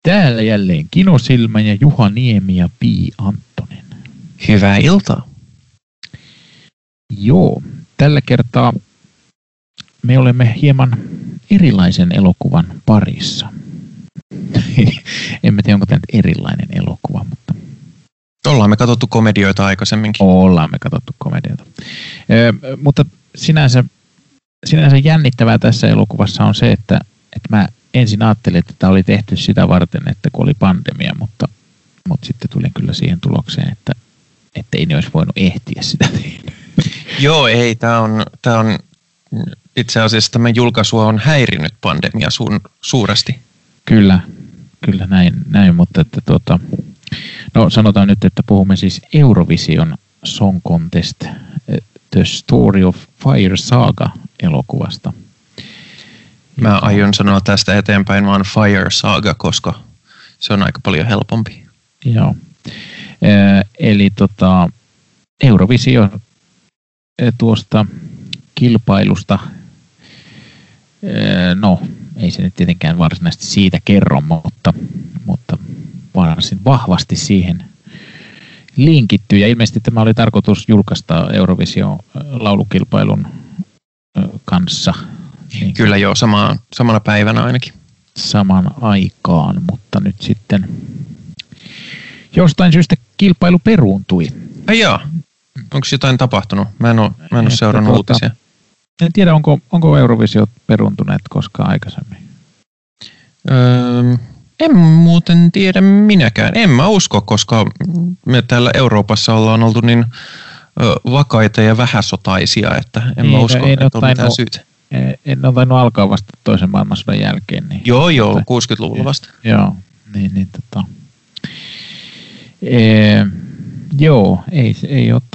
Täällä jälleen Kino Silmä ja Juha Niemi ja Pii Anttonen. Hyvää iltaa. Joo, tällä kertaa me olemme hieman erilaisen elokuvan parissa. En tiedä, onko tämä nyt erilainen elokuva, mutta... Ollaan me katsottu komedioita aikaisemminkin. Ollaan me katsottu komedioita. Mutta sinänsä jännittävää tässä elokuvassa on se, että mä ensin ajattelin, että tämä oli tehty sitä varten, että kun oli pandemia, mutta sitten tulin kyllä siihen tulokseen, että ei ne olisi voinut ehtiä sitä tehdä. Joo, ei. Tämä on itse asiassa tämä julkaisua on häirinyt pandemia suuresti. Kyllä näin, mutta että no sanotaan nyt, että puhumme siis Eurovision Song Contest The Story of Fire Saga-elokuvasta. Mä aion sanoa tästä eteenpäin vaan Fire Saga, koska se on aika paljon helpompi. Joo. Eli Eurovision tuosta kilpailusta, no ei se nyt tietenkään varsinaisesti siitä kerro, mutta varsin vahvasti siihen linkittyy. Ja ilmeisesti tämä oli tarkoitus julkaista Eurovision laulukilpailun kanssa. Niin, kyllä joo, samana päivänä ainakin. Saman aikaan, mutta nyt sitten jostain syystä kilpailu peruuntui. Joo, onko jotain tapahtunut? Mä en ole seurannut uutisia. En tiedä, onko Eurovisiot peruuntuneet koskaan aikaisemmin. En muuten tiedä minäkään. En mä usko, koska me täällä Euroopassa ollaan oltu niin vakaita ja vähäsotaisia, että en mä usko, että on mitään syytä. En ole tainnut alkaa vasta toisen maailmansodan jälkeen. Niin, joo, 60-luvulla vasta. Joo, joo, ei ole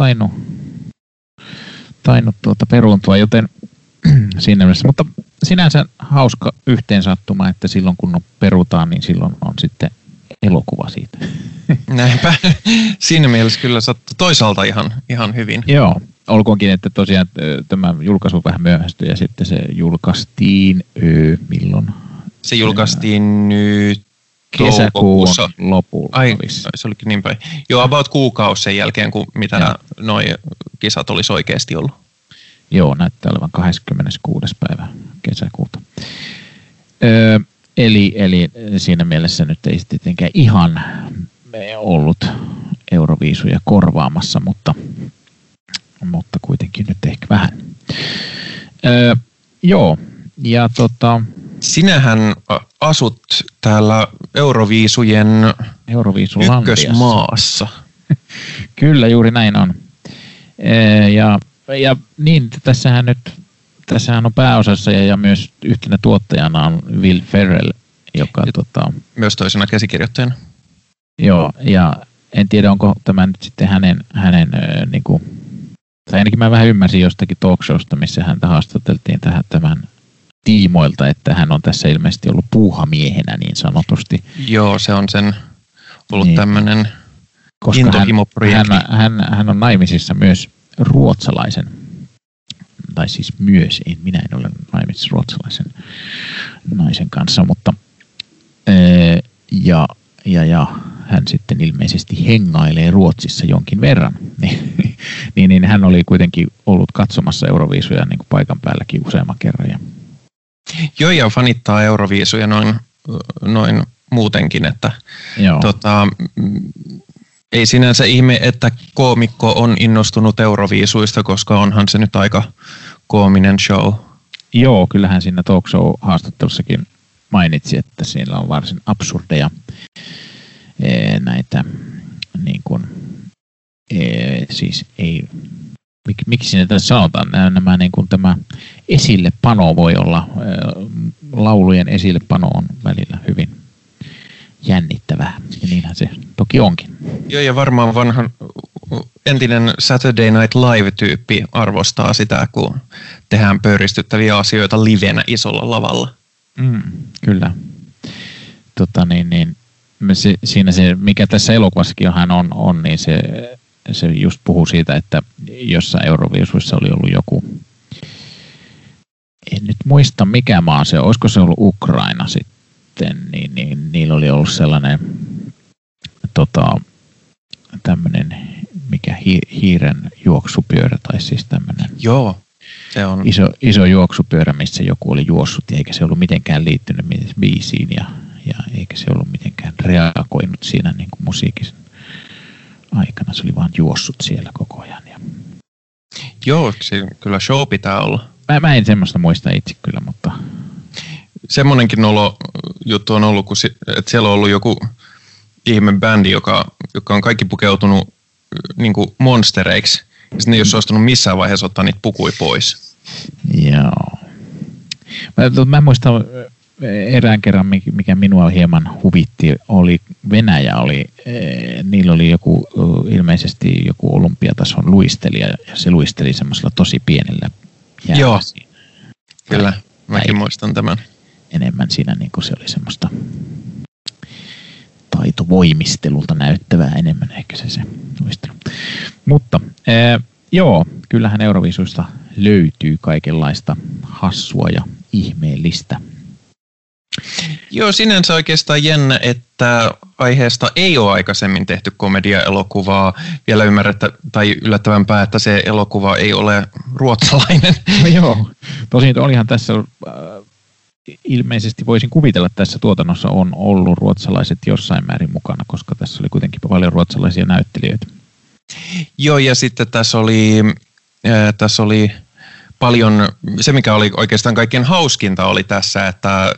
tainnut peruuntua, joten siinä mielessä, mutta sinänsä hauska yhteensattuma, että silloin kun perutaan, niin silloin on sitten elokuva siitä. Näinpä. Siinä mielessä kyllä sattui toisaalta ihan hyvin. Joo, olkoonkin, että tosiaan tämä julkaisu vähän myöhästyi ja sitten se julkaistiin milloin? Se julkaistiin nyt kesäkuun lopulla. Ai, se olikin niin päin. Joo, about kuukausi sen jälkeen, kun mitä noi kisat olisi oikeasti ollut. Joo, näyttää olevan 26. päivä kesäkuuta. Eli siinä mielessä nyt ei tietenkään ihan ollut Euroviisuja korvaamassa, mutta kuitenkin nyt ehkä vähän. Joo, ja sinähän asut täällä Euroviisujen ykkösmaassa. Kyllä, juuri näin on. Ja niin, tässähän on pääosassa ja myös yhtenä tuottajana on Will Ferrell, joka myös toisena käsikirjoittajana. Joo, ja en tiedä, onko tämä nyt sitten hänen niinku, tai ainakin mä vähän ymmärsin jostakin talkshowsta, missä häntä haastateltiin tämän tiimoilta, että hän on tässä ilmeisesti ollut puuhamiehenä niin sanotusti. Joo, se on sen ollut niin, tämmöinen intohimoprojekti. Hän on naimisissa myös ruotsalaisen, tai siis myös, minä en ole naimisissa ruotsalaisen naisen kanssa, mutta ja hän sitten ilmeisesti hengailee Ruotsissa jonkin verran. niin hän oli kuitenkin ollut katsomassa Euroviisuja niin kuin paikan päälläkin useamman kerran. Joo, ja fanittaa Euroviisuja noin muutenkin, että ei sinänsä ihme, että koomikko on innostunut Euroviisuista, koska onhan se nyt aika koominen show. Joo, kyllähän siinä talk show-haastattelussakin mainitsi, että siinä on varsin absurdeja näitä niin kuin, siis ei, miksi siinä tässä sanotaan, nämä niin kuin tämä esillepano voi olla, laulujen esillepano on välillä hyvin jännittävää, ja niinhän se toki onkin. Joo, ja varmaan entinen Saturday Night Live-tyyppi arvostaa sitä, kun tehdään pöyristyttäviä asioita livenä isolla lavalla. Kyllä. Siinä se, mikä tässä elokuvassakin hän on niin se just puhuu siitä, että jossain Euroviisuissa oli ollut joku, en nyt muista mikä maa se, olisiko se ollut Ukraina sitten, sitten, niin niillä oli ollut sellainen tämmöinen, mikä hiiren juoksupyörä, tai siis tämmöinen. Joo, se on iso juoksupyörä, missä joku oli juossut, eikä se ollut mitenkään liittynyt biisiin, ja eikä se ollut mitenkään reagoinut siinä niin kuin musiikin aikana. Se oli vaan juossut siellä koko ajan. Joo, se kyllä show pitää olla. Mä en semmoista muista itse kyllä, mutta semmoinenkin juttu on ollut, että siellä on ollut joku ihme bändi, joka on kaikki pukeutunut niin kuin monstereiksi. Ja sitten ne ei ole suostunut missään vaiheessa ottaa niitä pukui pois. Joo. Mä muistan erään kerran, mikä minua hieman huvitti, oli Venäjä. Niillä oli ilmeisesti joku olympiatason luistelija, ja se luisteli semmoisella tosi pienellä jäällä. Joo, kyllä. Mäkin muistan tämän. Enemmän siinä niin kuin se oli semmoista taitovoimistelulta näyttävää enemmän ehkä se luistelu. Mutta joo, kyllähän Euroviisuista löytyy kaikenlaista hassua ja ihmeellistä. Joo, sinänsä oikeastaan jännä, että aiheesta ei ole aikaisemmin tehty komedia-elokuvaa. Vielä tai yllättävämpää, että se elokuva ei ole ruotsalainen. No joo, tosin olihan tässä ilmeisesti voisin kuvitella, että tässä tuotannossa on ollut ruotsalaiset jossain määrin mukana, koska tässä oli kuitenkin paljon ruotsalaisia näyttelijöitä. Joo, ja sitten tässä oli paljon, se mikä oli oikeastaan kaikkein hauskinta oli tässä, että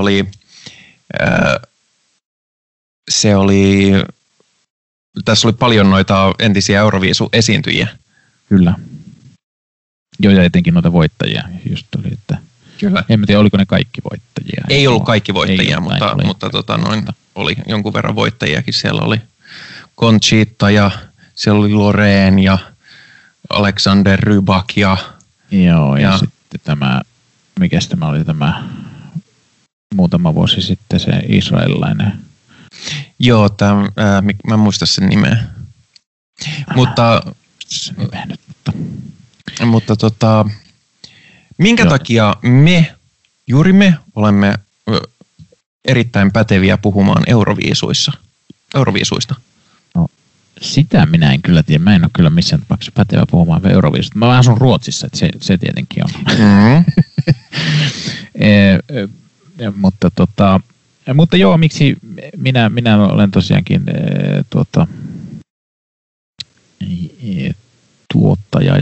tässä oli paljon noita entisiä Euroviisu-esiintyjiä. Kyllä. Joo, ja etenkin noita voittajia just oli, että kyllä. En tiedä, oliko ne kaikki voittajia. Ei ollut kaikki voittajia, mutta oli jonkun verran voittajiakin. Siellä oli Conchita ja siellä oli Loreen ja Alexander Rybak ja joo, ja sitten mikäs tämä oli tämä muutama vuosi sitten se israelilainen. Joo, mä en muista sen nimeä. Mutta minkä takia juuri me olemme erittäin päteviä puhumaan Euroviisuista? No, sitä minä en kyllä tiedä. Mä en ole kyllä missään tapauksessa pätevä puhumaan Euroviisusta. Mä asun Ruotsissa, että se tietenkin on. Mutta joo, miksi minä olen tosiaankin tuottaja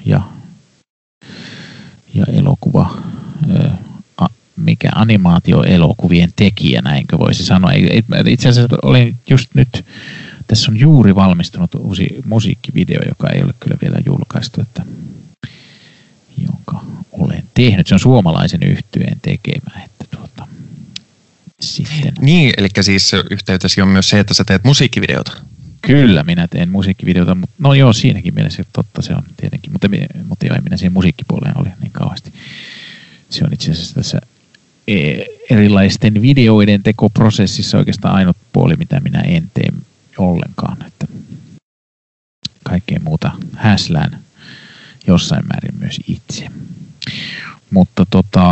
ja elokuva, mikä animaatioelokuvien tekijä, näinkö voisi sanoa. Itse asiassa olin just nyt, tässä on juuri valmistunut uusi musiikkivideo, joka ei ole kyllä vielä julkaistu, jonka olen tehnyt. Se on suomalaisen yhtyeen tekemä, että sitten. Niin, eli siis yhteytesi on myös se, että sä teet musiikkivideota. Kyllä, minä teen musiikkivideota, mutta no joo, siinäkin mielessä totta se on tietenkin, mutta joo, ei minä siihen musiikkipuoleen ole niin kauheasti. Se on itse asiassa tässä erilaisten videoiden tekoprosessissa oikeastaan ainut puoli, mitä minä en tee ollenkaan, että kaikkea muuta häslään jossain määrin myös itse. Mutta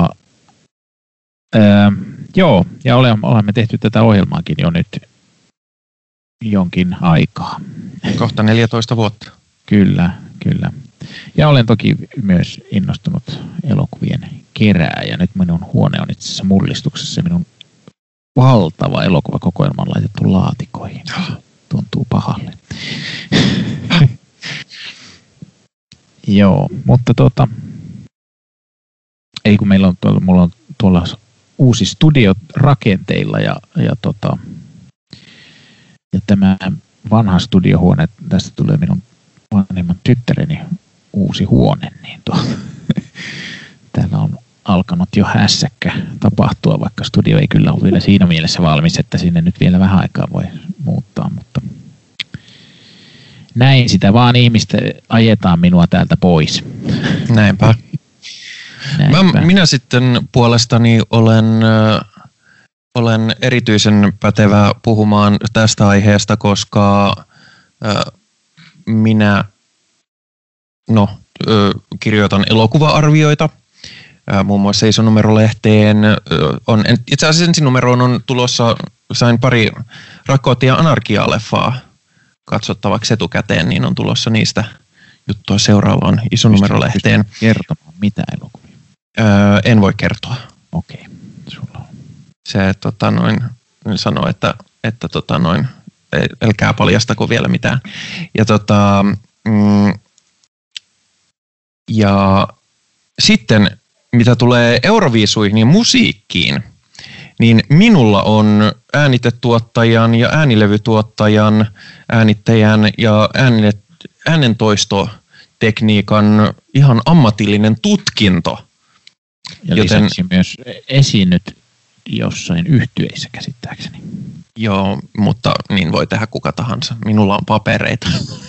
joo, ja olemme tehty tätä ohjelmaakin jo nyt jonkin aikaa. Kohta 14 vuotta. Kyllä. Ja olen toki myös innostunut elokuvien kerääjä. Nyt minun huone on itse asiassa mullistuksessa. Minun valtava elokuvakokoelma on laitettu laatikoihin. Se tuntuu pahalle. Joo, mutta ei kun mulla on tuolla uusi studio rakenteilla ja tämä vanha studiohuone, tästä tulee minun vanhemman tyttäreni uusi huone, niin täällä on alkanut jo hässäkkä tapahtua, vaikka studio ei kyllä ole vielä siinä mielessä valmis, että sinne nyt vielä vähän aikaa voi muuttaa, mutta näin sitä vaan ihmistä ajetaan minua täältä pois. Näinpä. Minä sitten puolestani olen erityisen pätevä puhumaan tästä aiheesta, koska minä kirjoitan elokuva-arvioita muun muassa Isonumerolehteen. Itse asiassa ensinumeroon on tulossa, sain pari Rakkautta ja Anarkiaa-leffaa katsottavaksi etukäteen, niin on tulossa niistä juttua seuraavaan Isonumerolehteen. Pystytkö kertomaan mitä elokuvia? En voi kertoa. Okei, sulla on. Se sanoo, että älkää paljastako vielä mitään. Ja sitten mitä tulee Euroviisuihin ja musiikkiin, niin minulla on äänitetuottajan ja äänilevytuottajan, äänittäjän ja äänentoistotekniikan ihan ammatillinen tutkinto. Ja lisäksi myös esiinnyt jossain yhtyeissä käsittääkseni. Joo, mutta niin voi tehdä kuka tahansa. Minulla on papereita.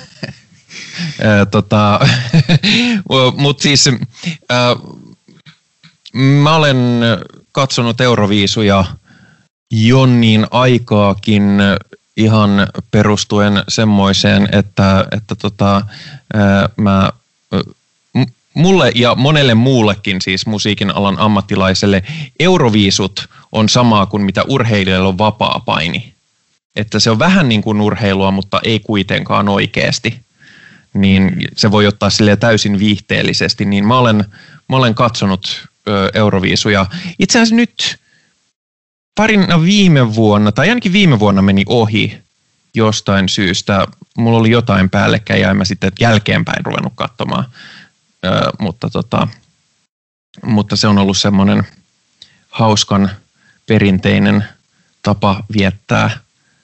Mutta siis mä olen katsonut Euroviisuja jonnin aikaakin ihan perustuen semmoiseen, että mulle ja monelle muullekin siis musiikin alan ammattilaiselle Euroviisut on samaa kuin mitä urheilijoilla on vapaapaini. Että se on vähän niin kuin urheilua, mutta ei kuitenkaan oikeasti. Niin se voi ottaa silleen täysin viihteellisesti. Niin mä olen katsonut Euroviisuja. Itse asiassa nyt parina viime vuonna, tai ainakin viime vuonna meni ohi jostain syystä. Mulla oli jotain päällekkäin ja en mä sitten jälkeenpäin ruvennut katsomaan. Mutta se on ollut semmoinen hauskan perinteinen tapa viettää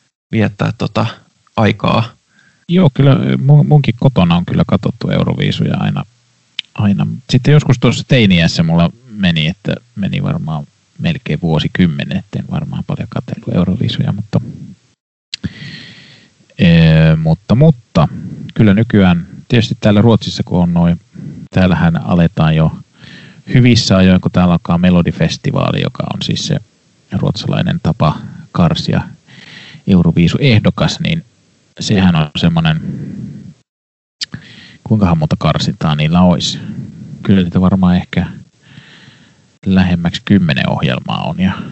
aikaa. Joo, kyllä munkin kotona on kyllä katsottu Euroviisuja aina. Sitten joskus tuossa teiniässä mulla meni varmaan melkein vuosikymmenen, etten varmaan paljon katsellut Euroviisuja, mutta kyllä nykyään tietysti täällä Ruotsissa, kun on noin, täällähän aletaan jo hyvissä ajoin, kun täällä alkaa Melodifestivaali, joka on siis se ruotsalainen tapa karsia Euroviisu-ehdokas, niin sehän on semmoinen, kuinkahan monta karsintaa niillä olisi. Kyllä niitä varmaan ehkä lähemmäksi 10 ohjelmaa on ja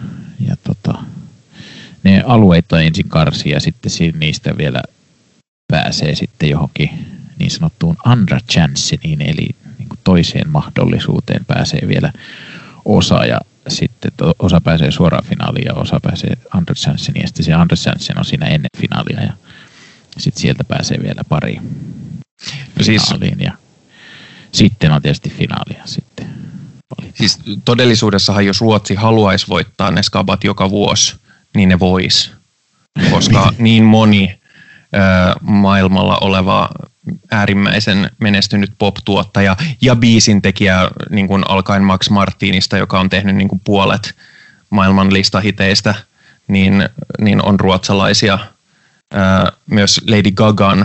ne alueita ensin karsia ja sitten niistä vielä pääsee sitten johonkin niin sanottuun andra chanseniin, eli niin kuin toiseen mahdollisuuteen pääsee vielä osa ja sitten osa pääsee suoraan finaaliin ja osa pääsee andra chanseniin ja sitten se andra chansen on siinä ennen finaalia ja sitten sieltä pääsee vielä pari finaaliin ja sitten on tietysti finaalia sitten. Siis todellisuudessahan jos Ruotsi haluaisi voittaa ne skabat joka vuosi, niin ne vois, koska niin moni maailmalla oleva äärimmäisen menestynyt pop-tuottaja ja biisintekijä niin kuin alkaen Max Martinista, joka on tehnyt niin kuin puolet maailman listahiteistä, niin on ruotsalaisia. Myös Lady Gagan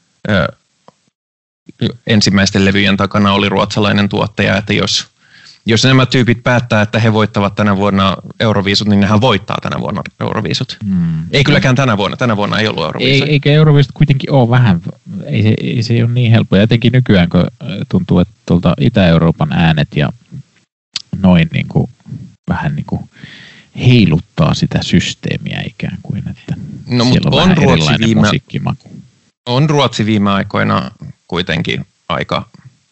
ensimmäisten levyjen takana oli ruotsalainen tuottaja, että jos nämä tyypit päättää, että he voittavat tänä vuonna Euroviisut, niin nehän voittaa tänä vuonna Euroviisut. Ei kylläkään tänä vuonna ei ollut Euroviisut. Eikä Euroviisut kuitenkin ole vähän, ei se ole niin helppoa. Jotenkin nykyään, kun tuntuu, että tuolta Itä-Euroopan äänet ja noin niin kuin, vähän niin kuin heiluttaa sitä systeemiä ikään kuin, että siellä on vähän erilainen musiikkimaku. On Ruotsi viime aikoina kuitenkin aika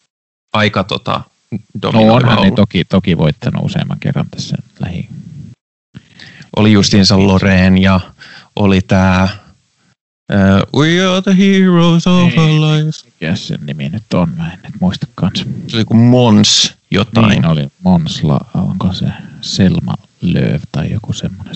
dominoiva onhan ollut. ne toki voittanut useamman kerran tässä lähi. Oli justiinsa Loreen ja oli tää We are the heroes of our lives. Mikä sen nimi nyt on? Mä en nyt muista kanssa. Se oli kuin Mons jotain. Niin oli Monsla, onko se Selma Lööv tai joku semmoinen.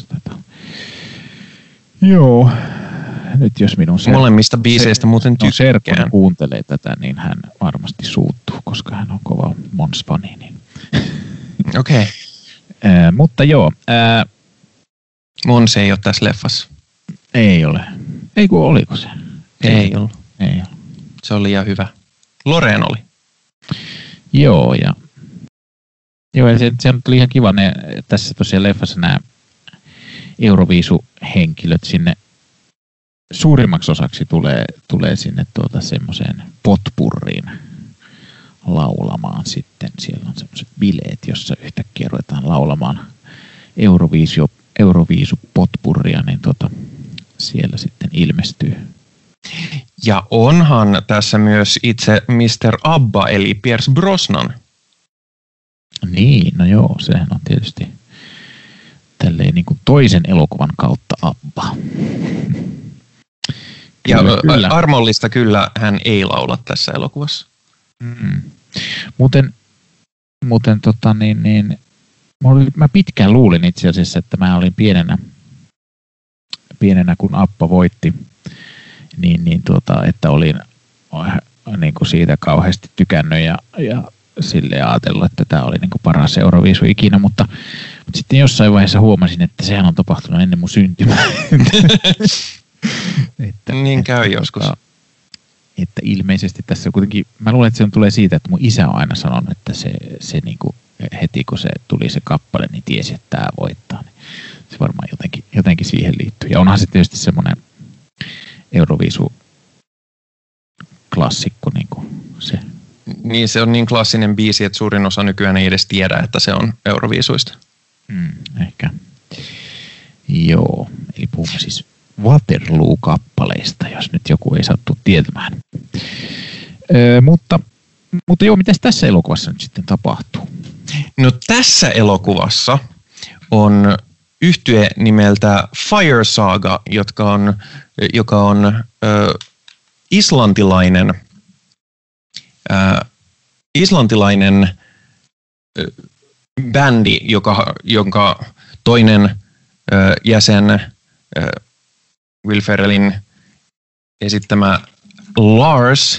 Joo. Nyt jos minun molemmista biiseistä muuten tykkään. Serkku kuuntelee tätä, niin hän varmasti suuttuu, koska hän on kova Mons-fani. Niin. Okei. Mutta joo. Mons ei ole tässä leffassa. Ei ole. Ei kun oliko se? Ei ollut. Ei ollut. Se oli ihan hyvä. Loreen oli. Joo, ja se oli ihan kiva. Tässä tosiaan leffassa nämä Euroviisu-henkilöt sinne suurimmaksi osaksi tulee sinne semmoiseen potpurriin laulamaan sitten. Siellä on sellaiset bileet, jossa yhtäkkiä ruvetaan laulamaan Euroviisu potpurria, niin siellä sitten ilmestyy. Ja onhan tässä myös itse Mr. Abba, eli Pierce Brosnan. Niin, no joo, sehän on tietysti tälleen niin kuin toisen elokuvan kautta Abba. Ja kyllä. Armollista kyllä hän ei laula tässä elokuvassa. Muuten mä pitkään luulin itse asiassa, että mä olin pienenä kun Abba voitti, että olin niin kuin siitä kauheasti tykännyt ja silleen ajatellut, että tämä oli niin kuin paras Euroviisu ikinä, mutta sitten jossain vaiheessa huomasin, että sehän on tapahtunut ennen mun syntymää. Niin käy joskus. Että ilmeisesti tässä kuitenkin, mä luulen, että se tulee siitä, että mun isä on aina sanonut, että se niin kuin heti kun se tuli se kappale, niin tiesi, että tämä voittaa. Niin se varmaan jotenkin siihen liittyy. Ja onhan se tietysti semmoinen Euroviisu-klassikko niin kuin se. Niin, se on niin klassinen biisi, että suurin osa nykyään ei edes tiedä, että se on Euroviisuista. Ehkä. Joo, eli puhumme siis Waterloo-kappaleista, jos nyt joku ei sattu tietämään. Mutta joo, mitäs tässä elokuvassa nyt sitten tapahtuu? No tässä elokuvassa on yhtye nimeltä Fire Saga, joka on islantilainen bändi, jonka toinen jäsen Will Ferrellin esittämä Lars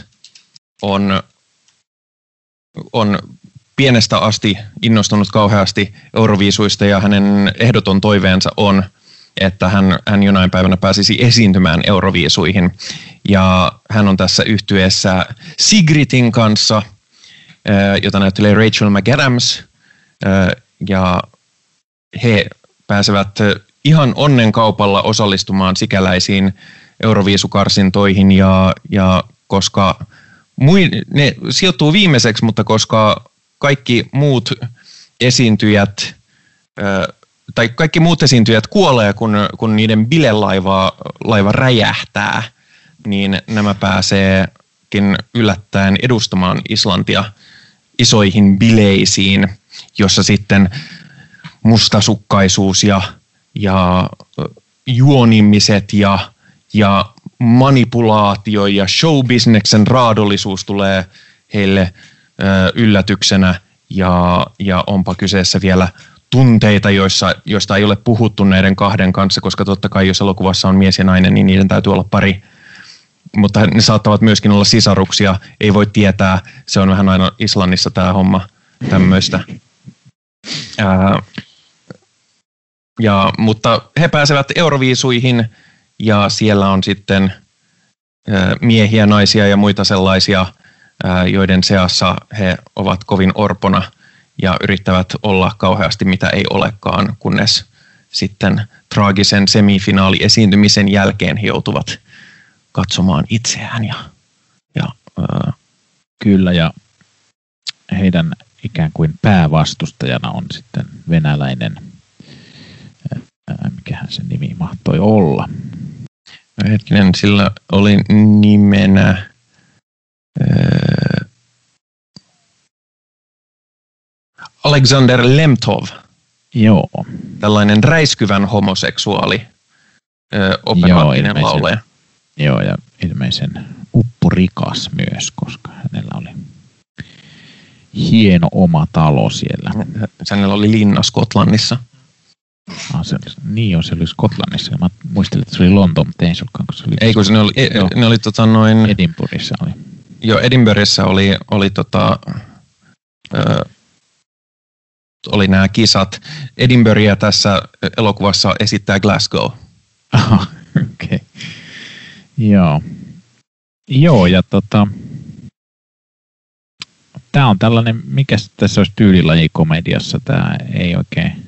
on pienestä asti innostunut kauheasti Euroviisuista ja hänen ehdoton toiveensa on, että hän jonain päivänä pääsisi esiintymään Euroviisuihin. Ja hän on tässä yhtyeessä Sigridin kanssa, jota näyttelee Rachel McAdams, ja he pääsevät ihan onnenkaupalla osallistumaan sikäläisiin Euroviisukarsintoihin ja koska ne sijoittuu viimeiseksi, mutta koska kaikki muut esiintyjät kuolee, kun niiden bilelaiva räjähtää, niin nämä pääseekin yllättäen edustamaan Islantia isoihin bileisiin, jossa sitten mustasukkaisuus ja juonimiset ja manipulaatio ja showbisneksen raadollisuus tulee heille yllätyksenä ja onpa kyseessä vielä tunteita, joista ei ole puhuttu näiden kahden kanssa, koska totta kai jos elokuvassa on mies ja nainen, niin niiden täytyy olla pari. Mutta ne saattavat myöskin olla sisaruksia, ei voi tietää, se on vähän aina Islannissa tämä homma tämmöistä. Mutta he pääsevät Euroviisuihin ja siellä on sitten miehiä, naisia ja muita sellaisia, joiden seassa he ovat kovin orpona ja yrittävät olla kauheasti mitä ei olekaan, kunnes sitten traagisen semifinaaliesiintymisen jälkeen he joutuvat katsomaan itseään. Kyllä, ja heidän ikään kuin päävastustajana on sitten venäläinen, mikähän sen nimi mahtoi olla. Hetkinen, sillä oli nimenä Alexander Lemtov. Joo. Tällainen räiskyvän homoseksuaali operaattinen laulaja. Joo, ja ilmeisen upporikas myös, koska hänellä oli hieno oma talo siellä. Hänellä oli linna Skotlannissa. Se oli Skotlannissa. Mä muistelin, että se oli Lontoon, mutta ei se olekaan, kun se oli... Ei, kun ne oli Edinburghissa oli. Joo, Edinburghissa oli nämä kisat. Edinburghia tässä elokuvassa esittää Glasgow. Aha, okei. Okay. Joo, ja tää on tällainen, mikä tässä olisi tyylilaji komediassa, tää ei oikein...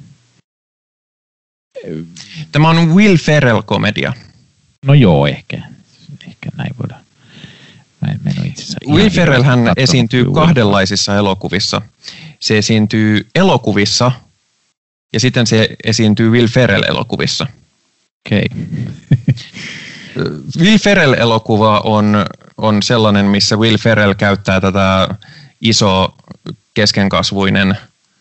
Tämä on Will Ferrell-komedia. No joo, ehkä näin voidaan. Mä en ole itse asiassa Will Ferrell hän esiintyy kahdenlaisissa elokuvissa. Se esiintyy elokuvissa ja sitten se esiintyy Will Ferrell-elokuvissa. Okei. Will Ferrell-elokuva on sellainen, missä Will Ferrell käyttää tätä iso keskenkasvuinen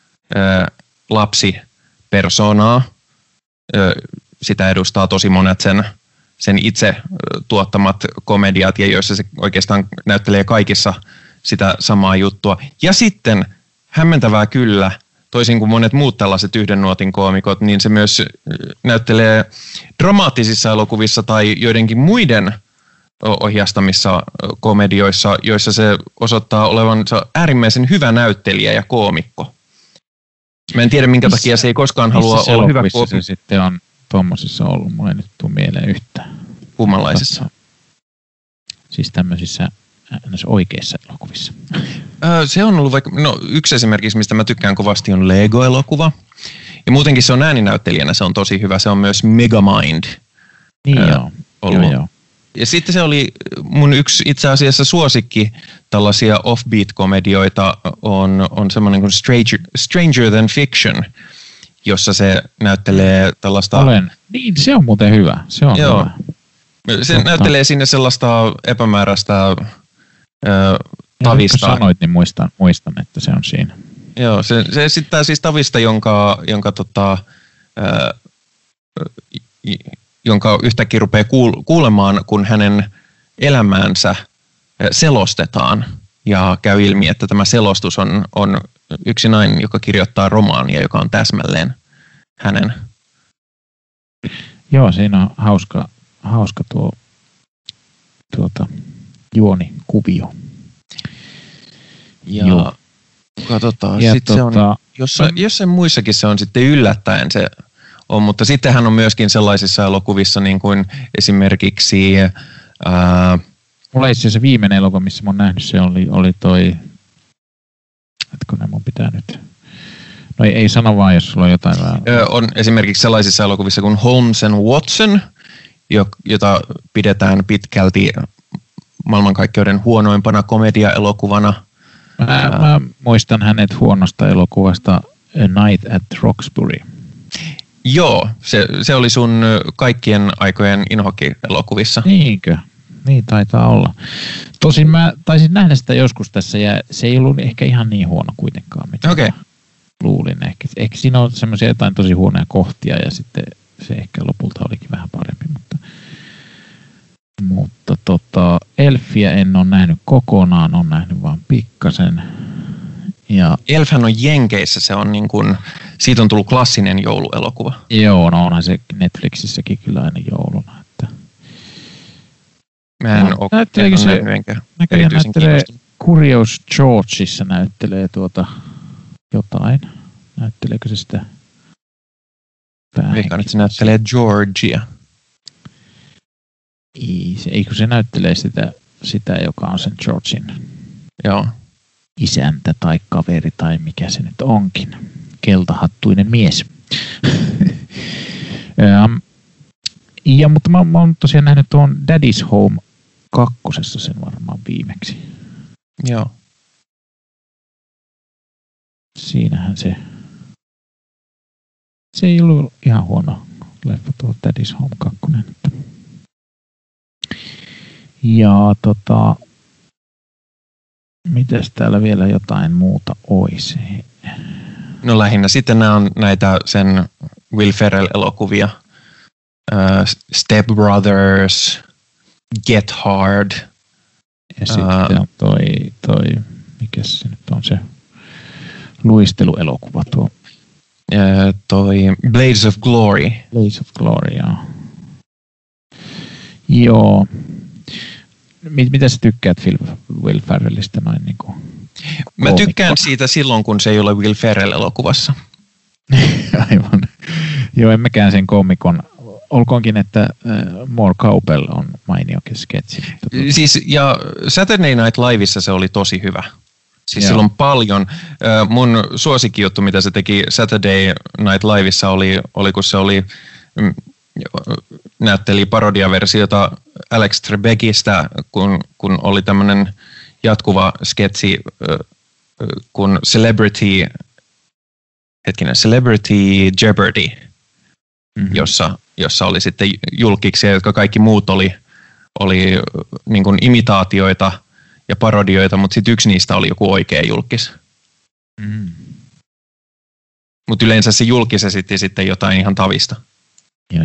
lapsipersonaa. Sitä edustaa tosi monet sen itse tuottamat komediat, ja joissa se oikeastaan näyttelee kaikissa sitä samaa juttua. Ja sitten hämmentävää kyllä, toisin kuin monet muut tällaiset yhden nuotin koomikot, niin se myös näyttelee dramaattisissa elokuvissa tai joidenkin muiden ohjastamissa komedioissa, joissa se osoittaa olevansa äärimmäisen hyvä näyttelijä ja koomikko. Mä en tiedä, minkä takia se ei koskaan halua olla hyvä koomikko. Se sitten on tuommoisissa ollut? Mulla ei nyt tule mieleen yhtään. Kummanlaisissa? Siis tämmöisissä oikeissa elokuvissa. Se on ollut vaikka, yksi esimerkiksi, mistä mä tykkään kovasti, on Lego-elokuva. Ja muutenkin se on ääninäyttelijänä, se on tosi hyvä. Se on myös Megamind. Niin joo. Ja sitten se oli mun yksi itse asiassa suosikki tällaisia offbeat-komedioita on semmoinen kuin Stranger Than Fiction, jossa se näyttelee tällaista... Niin, se on muuten hyvä. Se on hyvä. Se näyttelee sinne sellaista epämääräistä tavista. Kun sanoit, niin muistan, että se on siinä. Joo, se esittää siis tavista, jonka yhtäkkiä rupeaa kuulemaan, kun hänen elämäänsä selostetaan. Ja käy ilmi, että tämä selostus on yksi nainen, joka kirjoittaa romaania, joka on täsmälleen hänen. Joo, siinä on hauska juonikuvio. Ja katsotaan, ja sitten se on, jossain muissakin se on sitten yllättäen se on, mutta sitten hän on myöskin sellaisissa elokuvissa niin kuin esimerkiksi... Mulla itse asiassa viimeinen elokuva, missä mä oon nähnyt, se oli toi... Hetkonen, mun pitää nyt... No ei sano vaan, jos sulla on jotain vähän... On esimerkiksi sellaisissa elokuvissa kuin Holmes and Watson, jota pidetään pitkälti maailmankaikkeuden huonoimpana komedia-elokuvana. Mä muistan hänet huonosta elokuvasta A Night at Roxbury. Joo, se oli sun kaikkien aikojen inhokki-elokuvissa. Niinkö? Niin taitaa olla. Tosin mä taisin nähdä sitä joskus tässä ja se ei ollut ehkä ihan niin huono kuitenkaan, mitä luulin. Ehkä siinä on semmoisia jotain tosi huonoja kohtia ja sitten se ehkä lopulta olikin vähän parempi. Mutta Elfiä en ole nähnyt kokonaan, on nähnyt vaan pikkasen. Ja Elfhän on Jenkeissä, se on niin kuin, siitä on tullut klassinen jouluelokuva. Joo, no onhan se Netflixissäkin kyllä aina jouluna. Että mä en ole nähnyt enkä erityisen kiinnostunut. Curious Georgeissa näyttelee jotain. Näytteleekö se sitä? Veikkaan, että se näyttelee Georgia. Eikö se näyttelee sitä, joka on sen Georgin isäntä tai kaveri tai mikä se nyt onkin. Keltahattuinen mies. Mutta mä oon tosiaan nähnyt tuon Daddy's Home 2 sen varmaan viimeksi. Joo. Siinähän se ei ollut ihan huono leffa tuo Daddy's Home 2. Ja mitäs täällä vielä jotain muuta olisi? No lähinnä sitten nämä on näitä sen Will Ferrell-elokuvia. Step Brothers, Get Hard. Ja sitten on toi, mikä se nyt on se luisteluelokuva tuo? Toi Blades of Glory. Blades of Glory, joo. Mitä sä tykkäät Will Ferrellistä noin niin kuin Mä tykkään siitä silloin, kun se ei ole Will Ferrell-elokuvassa. Aivan. Joo, en mäkään sen koomikon. Olkoonkin, että More Cowbell on mainiokin sketsi. Siis, ja Saturday Night Liveissa se oli tosi hyvä. Siis sillä on paljon. Mun suosikkijuttu, mitä se teki Saturday Night Liveissa oli kun se oli näytteli parodiaversiota Alex Trebekistä, kun oli tämmöinen jatkuva sketsi, kun Celebrity Jeopardy, jossa oli sitten julkkiksia, jotka kaikki muut oli niin kuin imitaatioita ja parodioita, mutta sitten yksi niistä oli joku oikea julkis. Mutta yleensä se julkis esitti sitten jotain ihan tavista. Joo.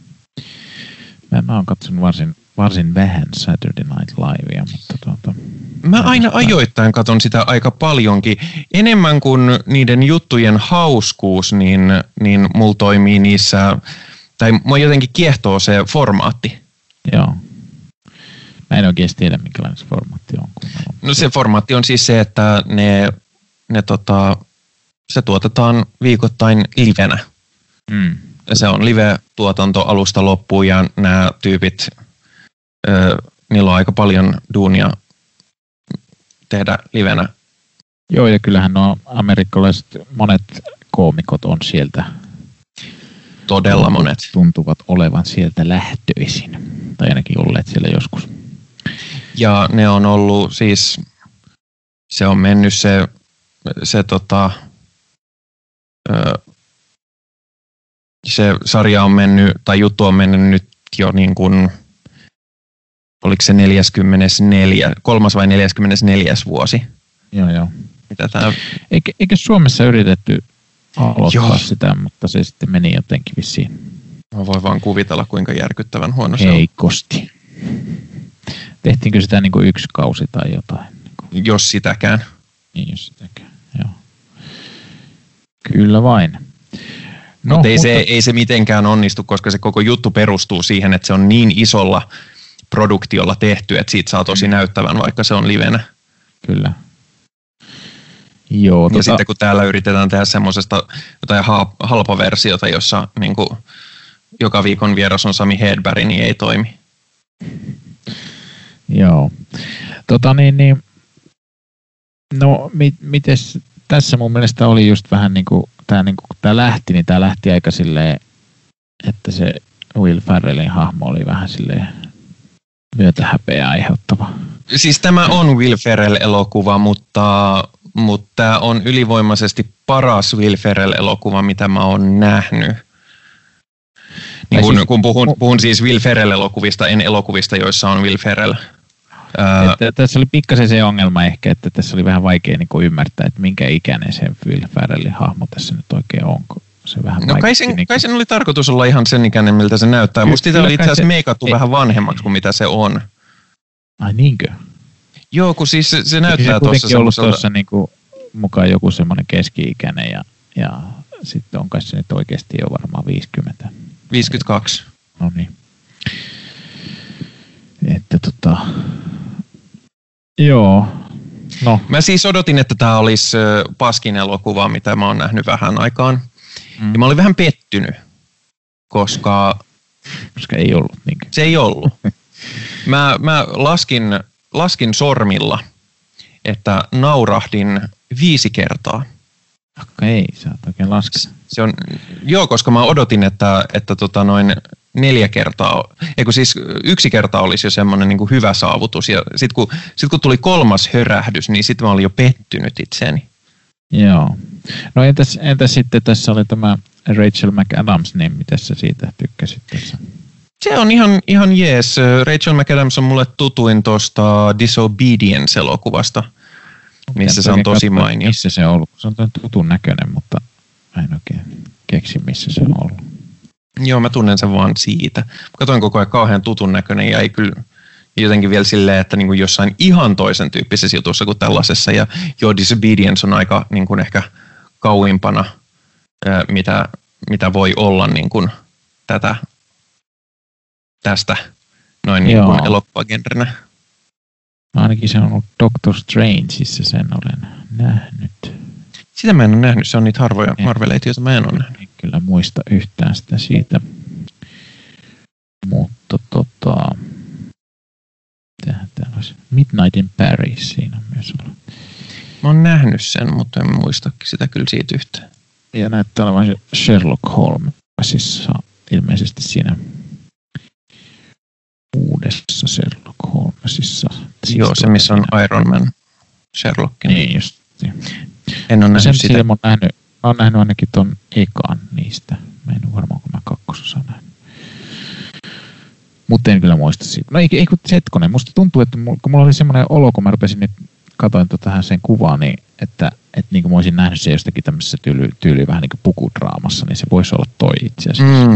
Mä oon katsonut varsin vähän Saturday Night Livea, mutta mä aina ajoittain katon sitä aika paljonkin. Enemmän kuin niiden juttujen hauskuus, niin mulla toimii niissä, tai mua jotenkin kiehtoo se formaatti. Joo. Mä en oikein tiedä, minkälainen se formaatti on. No se formaatti on siis se, että se tuotetaan viikoittain livenä. Se on live-tuotanto alusta loppuun ja nämä tyypit, niillä on aika paljon duunia tehdä livenä. Joo, ja kyllähän nuo amerikkalaiset monet koomikot on sieltä. Todella monet. Tuntuvat olevan sieltä lähtöisin, tai ainakin olleet siellä joskus. Ja ne on ollut siis, se on mennyt se sarja on mennyt, tai juttu on mennyt nyt jo niin kuin, oliko se 3. vai 44. vuosi? Joo. Mitä tää? Eikö Suomessa yritetty aloittaa sitä, mutta se sitten meni jotenkin vissiin. Mä voin vaan kuvitella, kuinka järkyttävän huono se on. Heikosti. Tehtiinkö sitä niin kuin yksi kausi tai jotain? Jos sitäkään. Niin, jos sitäkään, joo. Kyllä vain. No, mutta ei se mitenkään onnistu, koska se koko juttu perustuu siihen, että se on niin isolla produktiolla tehty, että siitä saa tosi näyttävän, vaikka se on livenä. Kyllä. Joo, ja sitten kun täällä yritetään tehdä semmoisesta jotain halpaversiota, jossa niin kuin, joka viikon vieras on Sami Hedberg, niin ei toimi. Joo. No, mites tässä mun mielestä oli just vähän niin kuin kun tämä lähti aika silleen, että se Will Ferrellin hahmo oli vähän silleen myötähäpeää aiheuttava. Siis tämä on Will Ferrell-elokuva, mutta tämä on ylivoimaisesti paras Will Ferrell-elokuva, mitä mä oon nähnyt. Niin kun puhun siis Will Ferrell-elokuvista, en elokuvista, joissa on Will Ferrell. Tässä oli pikkasen se ongelma ehkä, että tässä oli vähän vaikea niin kuin ymmärtää, että minkä ikäinen se Will Ferrellin hahmo tässä nyt oikein on. Se vähän kai sen oli tarkoitus olla ihan sen ikäinen, miltä se näyttää. Musta sitä oli itse asiassa meikattu vähän vanhemmaksi kuin mitä se on. Ai niinkö? Joo, kun siis se näyttää tuossa semmoiselta. Ollut tuossa niin kuin mukaan joku semmoinen keski-ikäinen ja sitten on kai se nyt oikeasti jo varmaan 50. 52. No niin. Että joo. No. Mä siis odotin, että tää olisi paskin elokuva, mitä mä oon nähnyt vähän aikaan. Ja mä olin vähän pettynyt, koska ei ollut niinkö. Se ei ollut. Mä laskin sormilla, että naurahdin 5 kertaa. Okei, sä oot oikein laskea. Se on, joo, koska mä odotin, että 4 kertaa, siis 1 kerta olisi jo semmoinen niin kuin hyvä saavutus. Ja sitten kun tuli 3. hörähdys, niin sitten mä olin jo pettynyt itseäni. Joo. No entäs sitten tässä oli tämä Rachel McAdams, niin miten sä siitä tykkäsit tässä? Se on ihan jees. Rachel McAdams on mulle tutuin tuosta Disobedience-elokuvasta, missä se on tosi mainio. Missä se on ollut? Se on tutun näköinen, mutta mä en oikein keksi, missä se on ollut. Joo, mä tunnen sen vaan siitä. Katoin koko ajan kauhean tutun näköinen ja ei kyllä jotenkin vielä silleen, että niin kuin jossain ihan toisen tyyppisessä jutussa kuin tällaisessa. Ja joo, Disobedience on aika niin kuin ehkä kauimpana, mitä voi olla niin kuin tästä noin niin kuin elokuvagenrenä. Ainakin se on ollut Doctor Strangeissa, sen olen nähnyt. Sitä mä en ole nähnyt, se on niitä harvoja Marveleita, joita mä en ole nähnyt. En kyllä muista yhtään sitä siitä. Mutta mitähän täällä olisi? Midnight in Paris siinä on myös ollut. Mä oon nähnyt sen, mutta en muista sitä kyllä siitä yhtään. Ja näyttää olevan Sherlock Holmesissa, ilmeisesti siinä uudessa Sherlock Holmesissa. Joo, se missä on Iron Man, Sherlock. Niin just. En ole nähnyt sitä. Mä oon nähnyt ainakin ton ekaan niistä. Mä en ole varmaan, kun mä kakkososaa nähnyt. Mutta en kyllä muista siitä. No ei kun hetkonen. Musta tuntuu, että kun mulla oli semmoinen olo, kun mä rupesin nyt katoin sen kuvaa, niin että niin kuin mä olisin nähnyt se jostakin tämmöisessä tyyliin vähän niin kuin pukudraamassa, niin se voisi olla toi itse asiassa.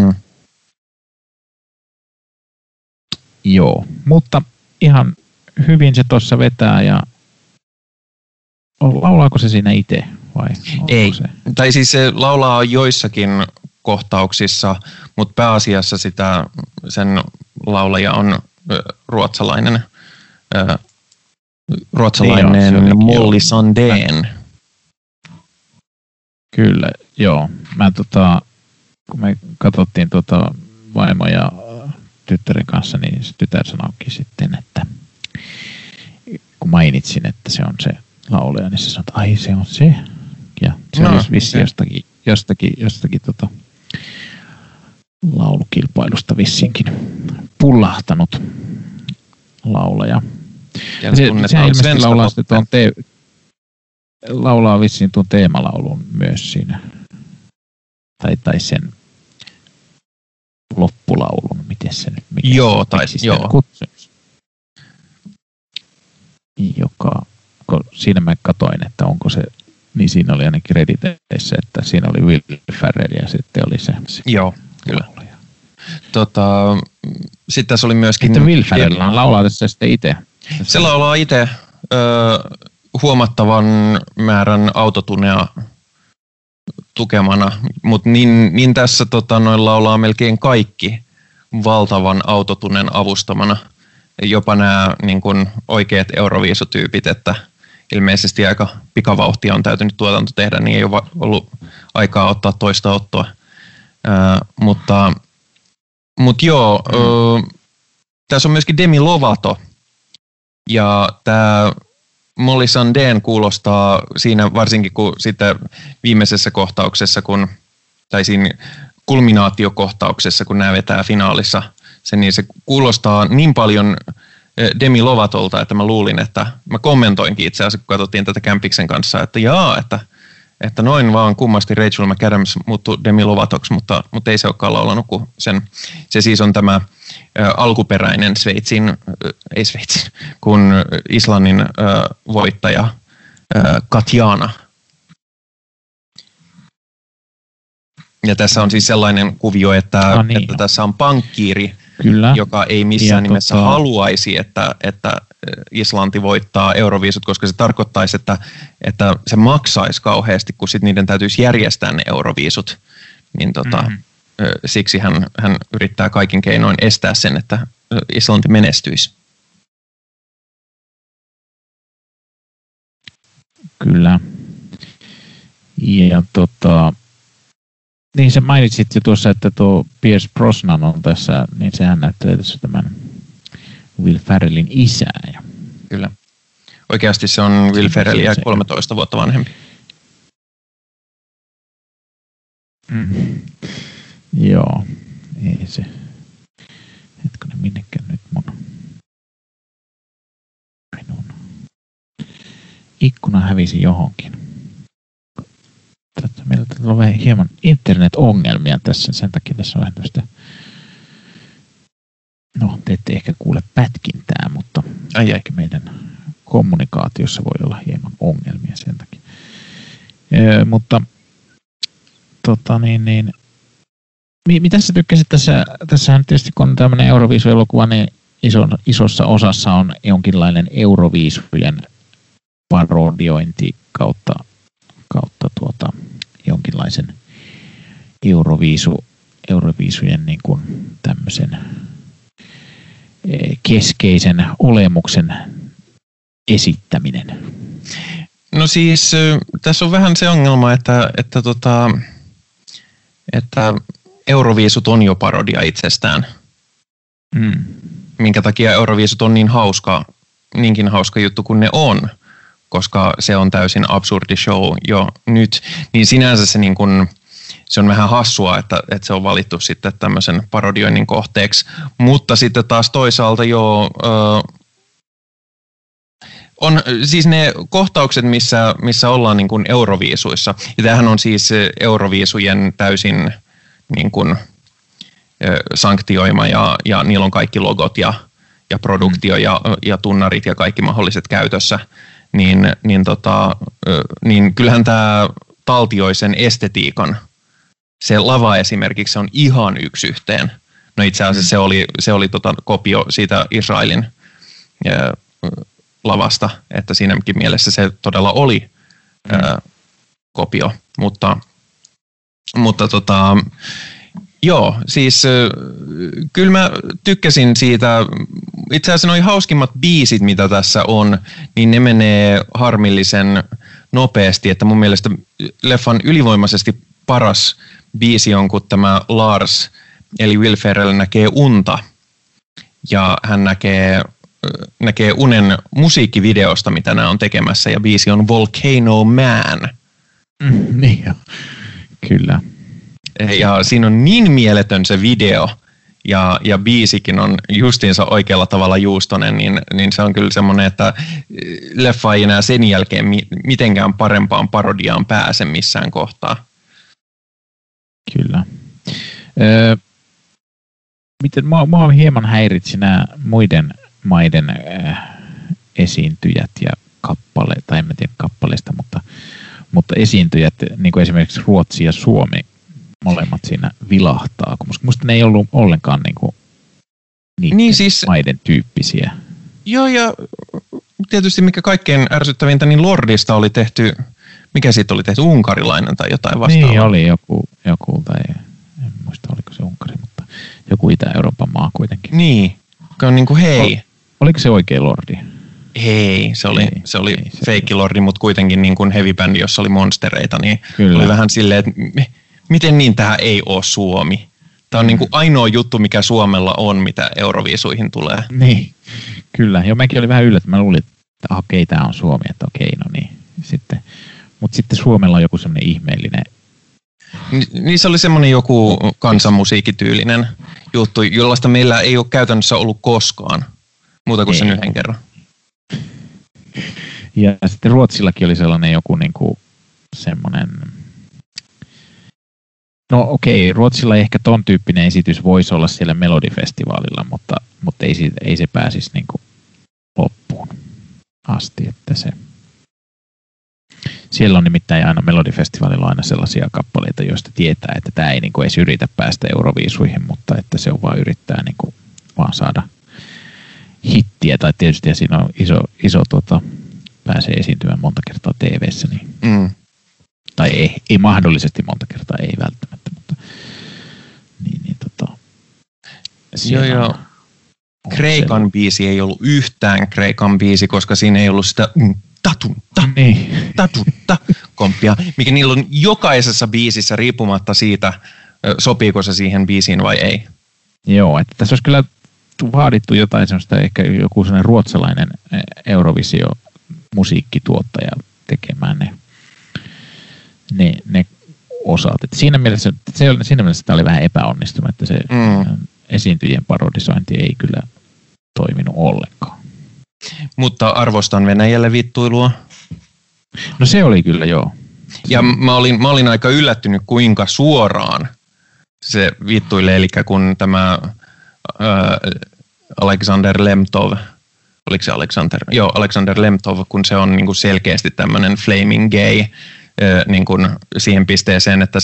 Joo, mutta ihan hyvin se tuossa vetää ja laulaako se siinä itse vai? Ei, se? Tai siis se laulaa joissakin kohtauksissa, mutta pääasiassa sen laulaja on ruotsalainen niin Molly Sandén. Kyllä, joo. Kun me katsottiin vaimo ja tyttären kanssa, niin se tytär sanoikin sitten, että kun mainitsin, että se on se laulaja, niin se sanoi, että ai se on se. Ja se olisi vissiin jostakin laulukilpailusta vissinkin pullahtanut laulaja. Ja sehän ilmeisesti laulaa sitten laulaa vissiin tuon teemalaulun myös siinä. Tai sen loppulaulun, miten se nyt... Joo, kutsuisi. Siinä mä katoin, että onko se, niin siinä oli ainakin Redditeissä, että siinä oli Will Ferrell ja sitten oli se. Joo, kyllä. Sitten tässä oli myöskin... Sitten Will Ferrell laulaa tässä sitten itse. Se laulaa itse huomattavan määrän autotunea tukemana, mutta niin tässä noin laulaa melkein kaikki valtavan autotunen avustamana. Jopa nämä niin kuin oikeat Euroviisutyypit, että ilmeisesti aika pikavauhtia on täytynyt tuotanto tehdä, niin ei ole ollut aikaa ottaa toista ottoa. Mutta joo, tässä on myöskin Demi Lovato. Ja tämä Molly Sandén kuulostaa siinä varsinkin kun sitten viimeisessä kohtauksessa, tai siinä kulminaatiokohtauksessa, kun nämä vetää finaalissa, niin se kuulostaa niin paljon Demi Lovatolta, että mä luulin, että mä kommentoinkin itse asiassa, kun katsottiin tätä Kämpiksen kanssa, että noin vaan kummasti Rachel McAdams muuttui Demi Lovatoksi, mutta ei se olekaan laulanut, kun se siis on tämä alkuperäinen kun Islannin voittaja Katjana. Ja tässä on siis sellainen kuvio, että tässä on pankkiiri, kyllä, joka ei missään nimessä haluaisi, että Islanti voittaa Euroviisut, koska se tarkoittaisi, että se maksaisi kauheasti, kun sitten niiden täytyisi järjestää ne Euroviisut. Niin siksi hän yrittää kaikin keinoin estää sen, että Islanti menestyisi. Kyllä. Ja niin sä mainitsit jo tuossa, että tuo Pierce Brosnan on tässä, niin sehän näyttelee tässä tämän Will Ferrellin isää. Ja... Kyllä. Oikeasti se on Will Ferrellia 13 vuotta vanhempi. Joo, ei se. Hetkonen, minnekään nyt minun ikkuna hävisi johonkin. Meillä on vähän hieman internet-ongelmia tässä, sen takia tässä on vähän tästä, no te ette ehkä kuule pätkintää, mutta ehkä meidän kommunikaatiossa voi olla hieman ongelmia sen takia. Mutta mitä sä tykkäsit tässä? Tässähän tietysti kun on tämmöinen Euroviisu-elokuva, niin isossa osassa on jonkinlainen Euroviisujen parodiointi kautta jonkinlaisen Euroviisujen niin kuin tämmöisen keskeisen olemuksen esittäminen. No siis tässä on vähän se ongelma, että Euroviisut on jo parodia itsestään. Minkä takia Euroviisut on niinkin hauska juttu kuin ne on, koska se on täysin absurdi show jo nyt, niin sinänsä se on vähän hassua, että se on valittu sitten tämmöisen parodioinnin kohteeksi, mutta sitten taas toisaalta On siis ne kohtaukset, missä ollaan niin kuin Euroviisuissa. Ja tämähän on siis Euroviisujen täysin niin kuin sanktioima ja niillä on kaikki logot ja produktio ja tunnarit ja kaikki mahdolliset käytössä. Niin kyllähän tämä taltioi sen estetiikan. Se lava esimerkiksi se on ihan yksi yhteen. No itse asiassa se oli kopio siitä Israelin lavasta, että siinäkin mielessä se todella oli kopio, mutta joo, siis kyllä mä tykkäsin siitä, itse asiassa noi hauskimmat biisit, mitä tässä on, niin ne menee harmillisen nopeasti, että mun mielestä leffan ylivoimaisesti paras biisi on, kun tämä Lars, eli Will Ferrell näkee unta, ja hän näkee unen musiikkivideosta, mitä nämä on tekemässä, ja biisi on Volcano Man. Niin jo, kyllä. Ja siinä on niin mieletön se video, ja biisikin on justiinsa oikealla tavalla juustonen, niin se on kyllä semmoinen, että leffa ei enää sen jälkeen mitenkään parempaan parodiaan pääse missään kohtaa. Kyllä. Miten mua hieman häiritsi nämä muiden maiden esiintyjät ja kappaleet, tai en tiedä kappaleista, mutta esiintyjät, niin kuin esimerkiksi Ruotsi ja Suomi, molemmat siinä vilahtaa, koska musta ne ei ollut ollenkaan niiden siis, maiden tyyppisiä. Joo, ja tietysti mikä kaikkein ärsyttävintä, niin Lordista oli tehty, mikä siitä oli tehty, unkarilainen tai jotain vastaavaa. Niin, oli joku tai en muista oliko se Unkari, mutta joku Itä-Euroopan maa kuitenkin. Niin, on niin kuin hei. Oliko se oikea Lordi? Ei, se oli feikki Lordi, mutta kuitenkin niin kuin heavy-bändi, jossa oli monstereita, niin kyllä. Oli vähän silleen, että miten niin tämä ei ole Suomi? Tämä on niin kuin ainoa juttu, mikä Suomella on, mitä Euroviisuihin tulee. Niin, kyllä. Jo mäkin oli vähän yllättynyt. Mä luulin, että okei, tämä on Suomi, että okei, no niin. Mutta sitten Suomella on joku semmoinen ihmeellinen. Niin se oli semmoinen joku kansanmusiikityylinen juttu, jollaista meillä ei ole käytännössä ollut koskaan, muuta kuin sen yhden kerran. Ja sitten Ruotsillakin oli sellainen joku niinku semmoinen. No okei, Ruotsilla ehkä ton tyyppinen esitys voisi olla siellä Melodifestivaalilla, mutta ei se pääsisi niinku loppuun asti, että se. Siellä on nimittäin aina Melodifestivaalilla aina sellaisia kappaleita, joista tietää, että tämä ei niinku edes yritä päästä Euroviisuihin, mutta että se on vaan yrittää niinku vaan saada hittiä, tai tietysti ja siinä on iso pääsee esiintymään monta kertaa TV:ssä, niin tai ei mahdollisesti monta kertaa, ei välttämättä, mutta Joo. Kreikan biisi ei ollut yhtään Kreikan biisi, koska siinä ei ollut sitä tatunta komppia, mikä niillä on jokaisessa biisissä riippumatta siitä, sopiiko se siihen biisiin vai ei. Joo, että tässä olisi kyllä vaadittu jotain semmoista, ehkä joku sellainen ruotsalainen Eurovisio-musiikkituottaja tekemään ne osat. Että siinä mielessä tämä oli vähän epäonnistunut, että se esiintyjien parodisointi ei kyllä toiminut ollenkaan. Mutta arvostan Venäjälle vittuilua. No se oli kyllä, joo. Ja mä olin aika yllättynyt, kuinka suoraan se vittuilee, eli kun tämä Alexander Lemtov, oliko se Alexander? Joo, Alexander Lemtov, kun se on niin kuin selkeästi tämmöinen flaming gay, niin kuin siihen pisteeseen, että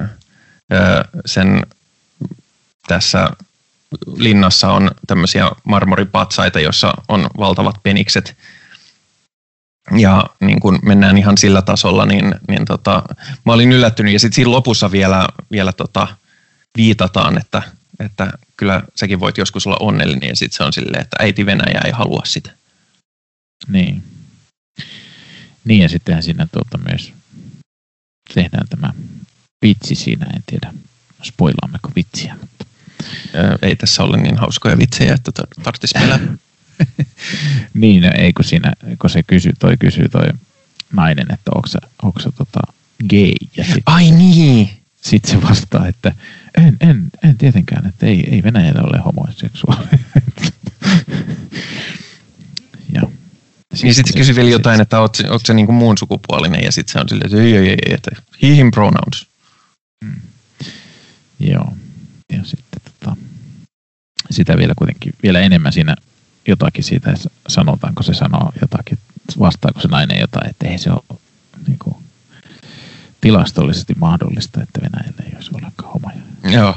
sen tässä linnassa on tämmöisiä marmoripatsaita, jossa on valtavat penikset. Ja niin kun mennään ihan sillä tasolla, niin mä olin yllättynyt. Ja sitten siinä lopussa vielä viitataan, että kyllä säkin voit joskus olla onnellinen. Ja sitten se on silleen, että äiti Venäjä ei halua sitä. Niin. Niin ja sittenhän siinä myös tehdään tämä vitsi siinä. En tiedä, spoilaammeko vitsiä, mutta ei tässä ole niin hauskoja vitsejä, että tarvitsisi pelää. Niin, ei kun se kysyy toi nainen, että onko sä gay? Ja ai niin! Sitten se vastaa, että en tietenkään, että ei Venäjällä ole homoseksuaali. Ja Niin sitten se kysyi vielä jotain, että onko se niinku muun sukupuolinen, ja sitten se on silleen, että että he, him pronouns. Joo, ja sitten sitä vielä kuitenkin vielä enemmän siinä jotakin siitä, sanotaanko se sanoo jotakin, vastaako se nainen jotain, että ei se ole niin kuin, tilastollisesti mahdollista, että Venäjällä ei olisi ollenkaan homoja. Joo.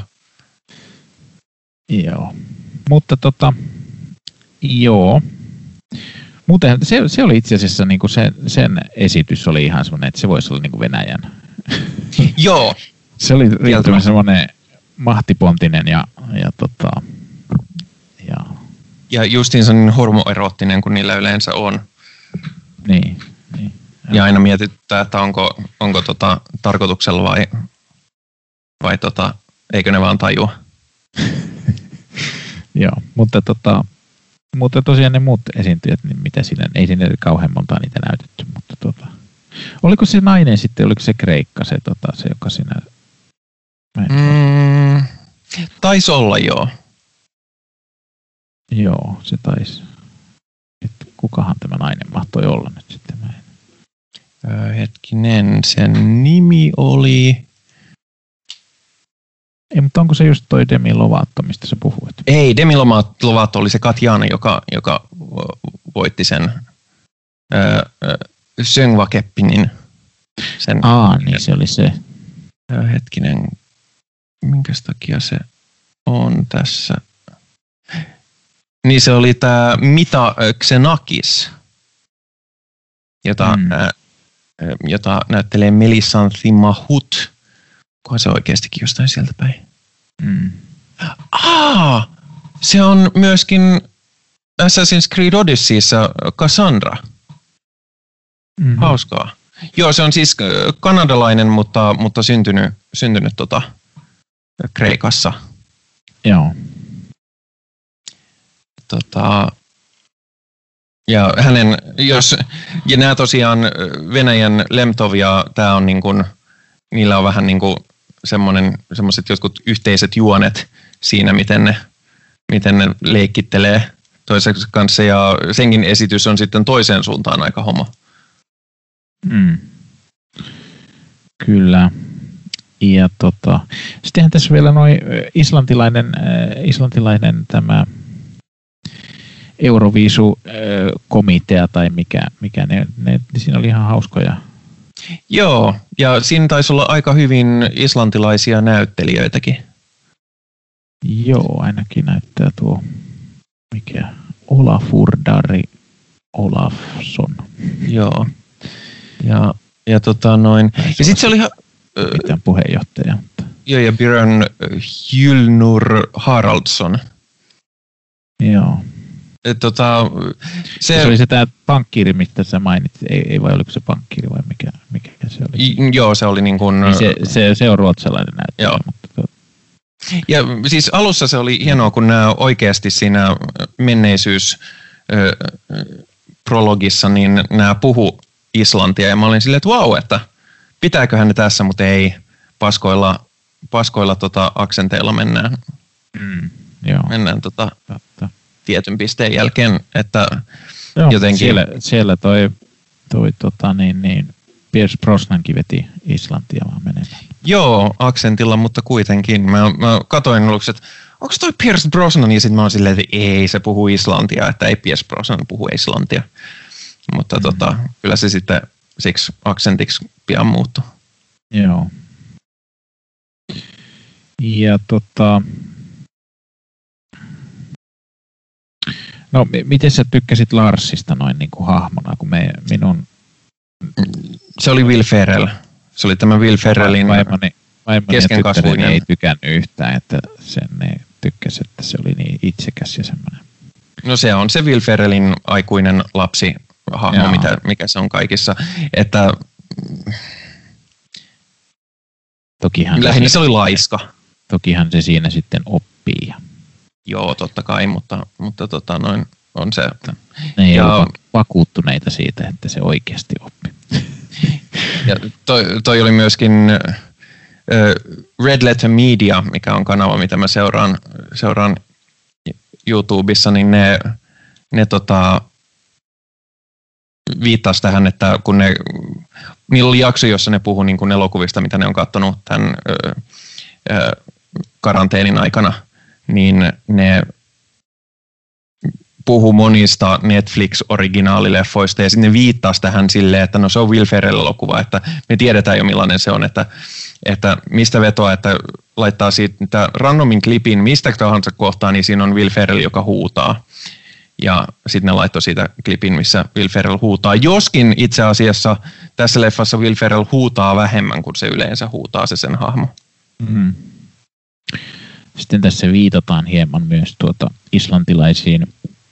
Joo, mutta joo. Muuten se oli itse asiassa niin kuin sen esitys oli ihan semmoinen, että se voisi olla niin kuin Venäjän. Joo. Se oli riittävän semmoinen mahtipontinen ja justiinsa niin hormoeroottinen kuin niillä yleensä on. Niin. Ja aina mietityttää, että onko tarkoituksella vai eikö ne vaan tajua. Joo, mutta tosiaan ne muut esiintyjät, niin mitä siinä, ei siinä kauhean montaa niitä näytetty, mutta oliko se nainen sitten, oliko se Kreikka, se joka siinä... Taisi olla, joo. Joo, se taisi. Että kukahan tämä nainen mahtoi olla nyt sitten? Hetkinen, sen nimi oli... Ei, mutta onko se just toi Demi Lovato, mistä sä puhuit? Ei, Demi Lovato oli se Katjana, joka voitti sen Söngva Keppinin. Niin se oli se. Hetkinen, minkäs takia se on tässä? Niin se oli tämä Mita Xenakis, jota näyttelee Melisandre Mahut. Kunhan se oikeastikin jostain sieltä päin. Se on myöskin Assassin's Creed Odysseyssä Cassandra. Hauskaa. Joo, se on siis kanadalainen, mutta syntynyt Kreikassa. Joo. Ja ja nämä tosiaan Venäjän Lemtov ja tää on niin kuin, niillä on vähän niin kuin semmoiset jotkut yhteiset juonet siinä, miten ne leikkittelee toisensa kanssa, ja senkin esitys on sitten toiseen suuntaan aika homo. Kyllä. Ja sittenhän tässä vielä noin islantilainen tämä Euroviisu-komitea tai mikä ne siinä oli ihan hauskoja. Joo, ja siinä taisi olla aika hyvin islantilaisia näyttelijöitäkin. Joo, ainakin näyttää tuo, mikä Olafur-Dari Olafsson. Joo, ja sitten se oli ihan... Mitään puheenjohtaja. Mutta... Joo, ja Björn Hjulnur Haraldsson. Joo. Se oli se tämä pankkiiri, mistä sä mainitsit. Ei vai oliko se pankkiiri vai mikä se oli? Joo, se oli niin kuin... Niin se on ruotsalainen näyttelijä. Joo. Mutta ja siis alussa se oli hienoa, kun nämä oikeasti siinä menneisyysprologissa, niin nämä puhu islantia. Ja mä olin silleen, että vau, että pitääköhän ne tässä, mutta ei paskoilla aksenteilla mennään. Joo. Mennään tietyn pisteen jälkeen, että joo, jotenkin... Siellä toi Pierce Brosnankin veti Islantia vaan menemään. Joo, aksentilla, mutta kuitenkin. Mä katoin aluksi, että onko toi Pierce Brosnan, ja sitten mä oon silleen, että ei, se puhuu islantia, että ei Pierce Brosnan puhu islantia. Mutta kyllä se sitten siksi aksentiksi pian muuttui. Joo. Ja no, miten sä tykkäsit Larsista noin niin kuin hahmona, kun minun... Se oli Will Ferrell. Se oli tämä Will Ferrellin keskenkasvuinen. Ei tykännyt yhtään, että sen ne tykkäsi, että se oli niin itsekäs ja semmoinen. No se on se Will Ferrellin aikuinen lapsihahmo, mikä se on kaikissa. Että lähinnä se oli laiska. Tokihan se siinä sitten oppii. Joo, totta kai, mutta on se. Ne ei ole vakuuttuneita siitä, että se oikeasti oppi. Ja toi oli myöskin Red Letter Media, mikä on kanava, mitä mä seuraan YouTubessa, niin ne viittasi tähän, että kun niillä oli jakso, jossa ne puhui niin kuin elokuvista, mitä ne on katsonut tämän karanteenin aikana, niin ne puhu monista Netflix-originaalileffoista ja sitten ne viittasi tähän silleen, että no se on Will Ferrell-elokuva, että me tiedetään jo millainen se on, että mistä vetoa, että laittaa siitä randomin klipin mistä tahansa kohtaa, niin siinä on Will Ferrell, joka huutaa. Ja sitten ne laittoi siitä klipin, missä Will Ferrell huutaa. Joskin itse asiassa tässä leffassa Will Ferrell huutaa vähemmän kuin se yleensä huutaa se sen hahmo. Mm-hmm. Sitten tässä viitataan hieman myös islantilaisiin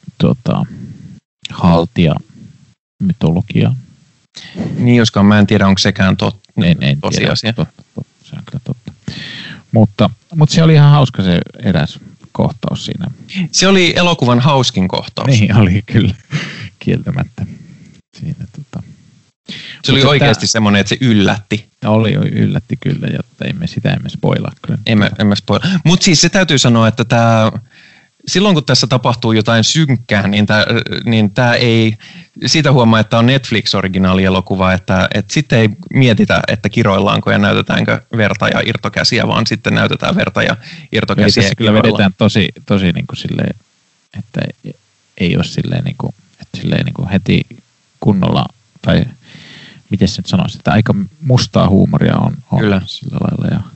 haltija-mytologiaan. Niin, joskaan mä en tiedä, onko sekään tosiasia. Totta. Se on kyllä totta. Mutta se oli ihan hauska se eräs kohtaus siinä. Se oli elokuvan hauskin kohtaus. Niin, oli kyllä kieltämättä. Siinä, Se oli oikeasti semmoinen, että se yllätti. Yllätti kyllä, jotta emme spoilaa kyllä. Emme spoilaa. Mutta siis se täytyy sanoa, että silloin kun tässä tapahtuu jotain synkkää, niin tämä ei, siitä huomaa, että on Netflix-originaali-elokuva, että sitten ei mietitä, että kiroillaanko ja näytetäänkö verta ja irtokäsiä, vaan sitten näytetään verta ja irtokäsiä. Tässä kyllä vedetään tosi niin kuin silleen, että ei ole silleen niin kuin, että silleen niin kuin heti kunnolla, tai miten se nyt sanoisi, että aika mustaa huumoria on kyllä sillä lailla. Ja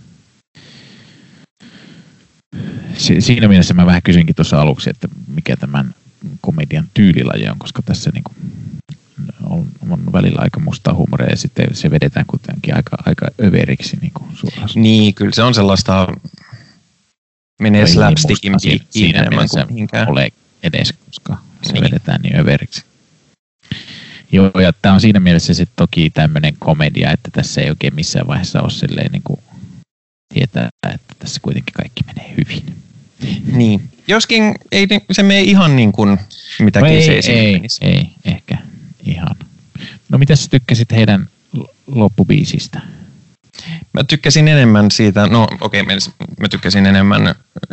siinä mielessä mä vähän kysyinkin tuossa aluksi, että mikä tämän komedian tyylilaji on, koska tässä niin kuin on välillä aika mustaa huumoria ja sitten se vedetään kuitenkin aika överiksi niin kuin suoraan. Niin, kyllä se on sellaista, menee slapstickin piikkiin enemmän kuin mihinkään. Ole edes, koska se vedetään niin överiksi. Joo, ja tämä on siinä mielessä sitten toki tämmöinen komedia, että tässä ei oikein missään vaiheessa ole silleen niin kuin tietää, että tässä kuitenkin kaikki menee hyvin. Niin. Joskin ei se mene ihan niin kuin mitä Casey menisi. Ei, ehkä ihan. No mitä sä tykkäsit heidän loppubiisistä? Mä tykkäsin enemmän siitä, mä tykkäsin enemmän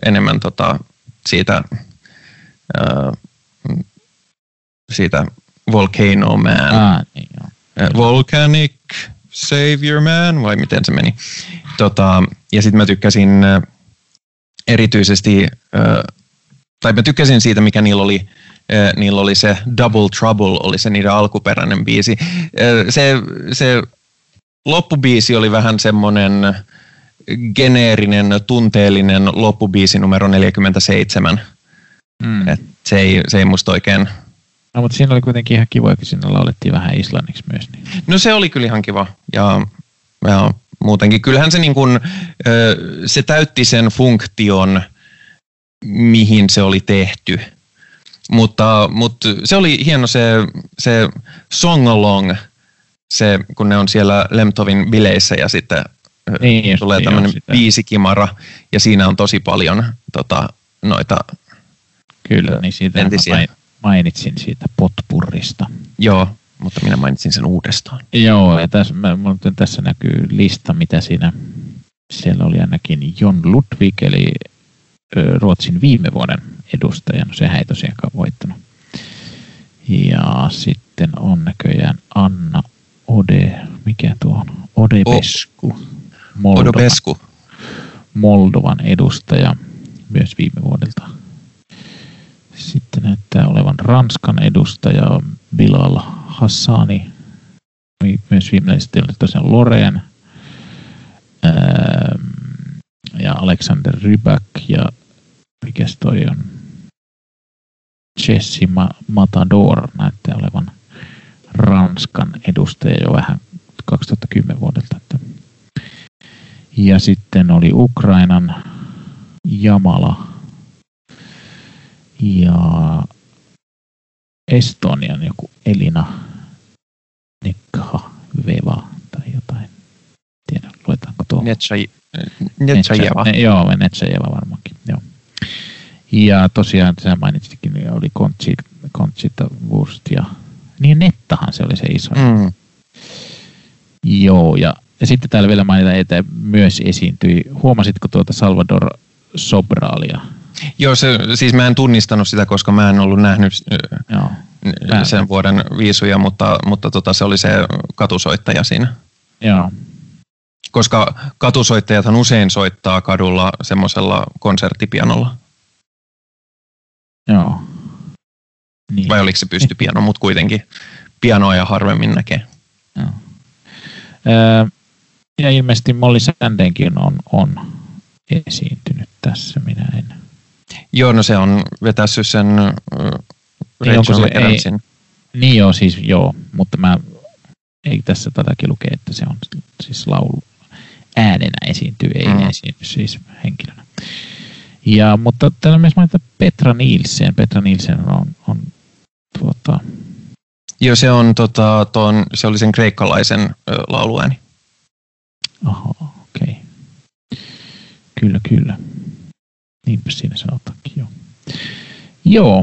siitä Volcano Man. Niin joo. Volcanic Savior Man, vai miten se meni? Ja sitten mä tykkäsin erityisesti, tai mä tykkäsin siitä, mikä niillä oli se Double Trouble, oli se niiden alkuperäinen biisi. Se loppubiisi oli vähän semmoinen geneerinen, tunteellinen loppubiisi numero 47. Et se ei musta oikein. No, mutta siinä oli kuitenkin ihan kiva, kun siinä laulettiin vähän islanniksi myös. Niin. No se oli kyllä ihan kiva. Ja muutenkin. Kyllähän se, niin kuin, se täytti sen funktion, mihin se oli tehty. Mutta se oli hieno se song-along, se, kun ne on siellä Lemtovin bileissä ja sitten tulee tämmöinen biisikimara ja siinä on tosi paljon noita kyllä, niin siitä entisiä. Mainitsin siitä potpurrista. Joo, mutta minä mainitsin sen uudestaan. Joo, ja tässä näkyy lista, mitä siellä oli ainakin Jon Ludvig, eli Ruotsin viime vuoden edustaja. No sehän ei tosiaankaan voittanut. Ja sitten on näköjään Anna mikä tuo on? Odebesku. Moldovan edustaja myös viime vuodelta. Sitten näyttää olevan Ranskan edustaja Bilal Hassani. Myös viimeisesti oli tosiaan Loreen ja Alexander Rybak ja mikäs toi on? Jesse Matador näyttää olevan Ranskan edustaja jo vähän 2010 vuodelta. Ja sitten oli Ukrainan Jamala ja Estonian joku Elina Nekha-Veva tai jotain. Tiedän, luetaanko tuo? Netsajeva. Joo, Netsajeva varmaankin. Joo. Ja tosiaan, sä mainitsitkin, oli Conchita Wurst ja niin Nettahan se oli se iso. Joo, ja sitten täällä vielä mainitaan, että myös esiintyi. Huomasitko tuota Salvador Sobralia? Joo, siis mä en tunnistanut sitä, koska mä en ollut nähnyt sen vuoden viisuja, mutta se oli se katusoittaja siinä. Joo. Koska katusoittajathan usein soittaa kadulla semmoisella konserttipianolla. Joo. Niin. Vai oliko se pystypiano, mutta kuitenkin pianoa ja harvemmin näkee. Joo. Ja ilmeisesti Molly Sandénkin on esiintynyt tässä, minä en. Joo, no se on vetässyt sen Rachel McAdamsin. Niin joo, siis joo, mutta ei tässä tätäkin lukee, että se on siis laulu äänenä esiintyy, ei esiinny siis henkilönä. Ja, mutta täällä myös mainitaan Petra Nielsen. Petra Nielsen on Joo, se on se oli sen kreikkalaisen lauluääni. Oho, okei. Okay. Kyllä. Niinpä siinä sanotaankin, joo. Joo.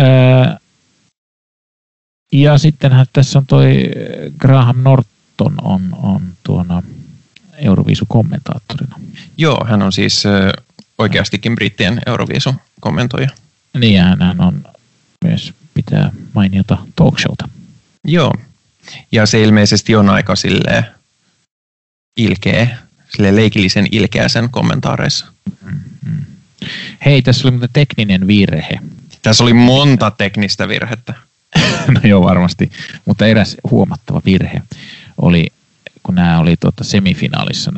Ja sittenhän tässä on toi Graham Norton on tuona Euroviisu-kommentaattorina. Joo, hän on siis oikeastikin brittien Euroviisu-kommentoija. Niin, ja hän on myös pitää mainiota talkshowta. Joo, ja se ilmeisesti on aika silleen ilkeä, silleen leikillisen ilkeä sen kommentaareissa. Mm-hmm. Hei, tässä oli muuten tekninen virhe. Tässä oli monta teknistä virhettä. No joo, varmasti, mutta eräs huomattava virhe oli, kun nämä oli semifinaalissa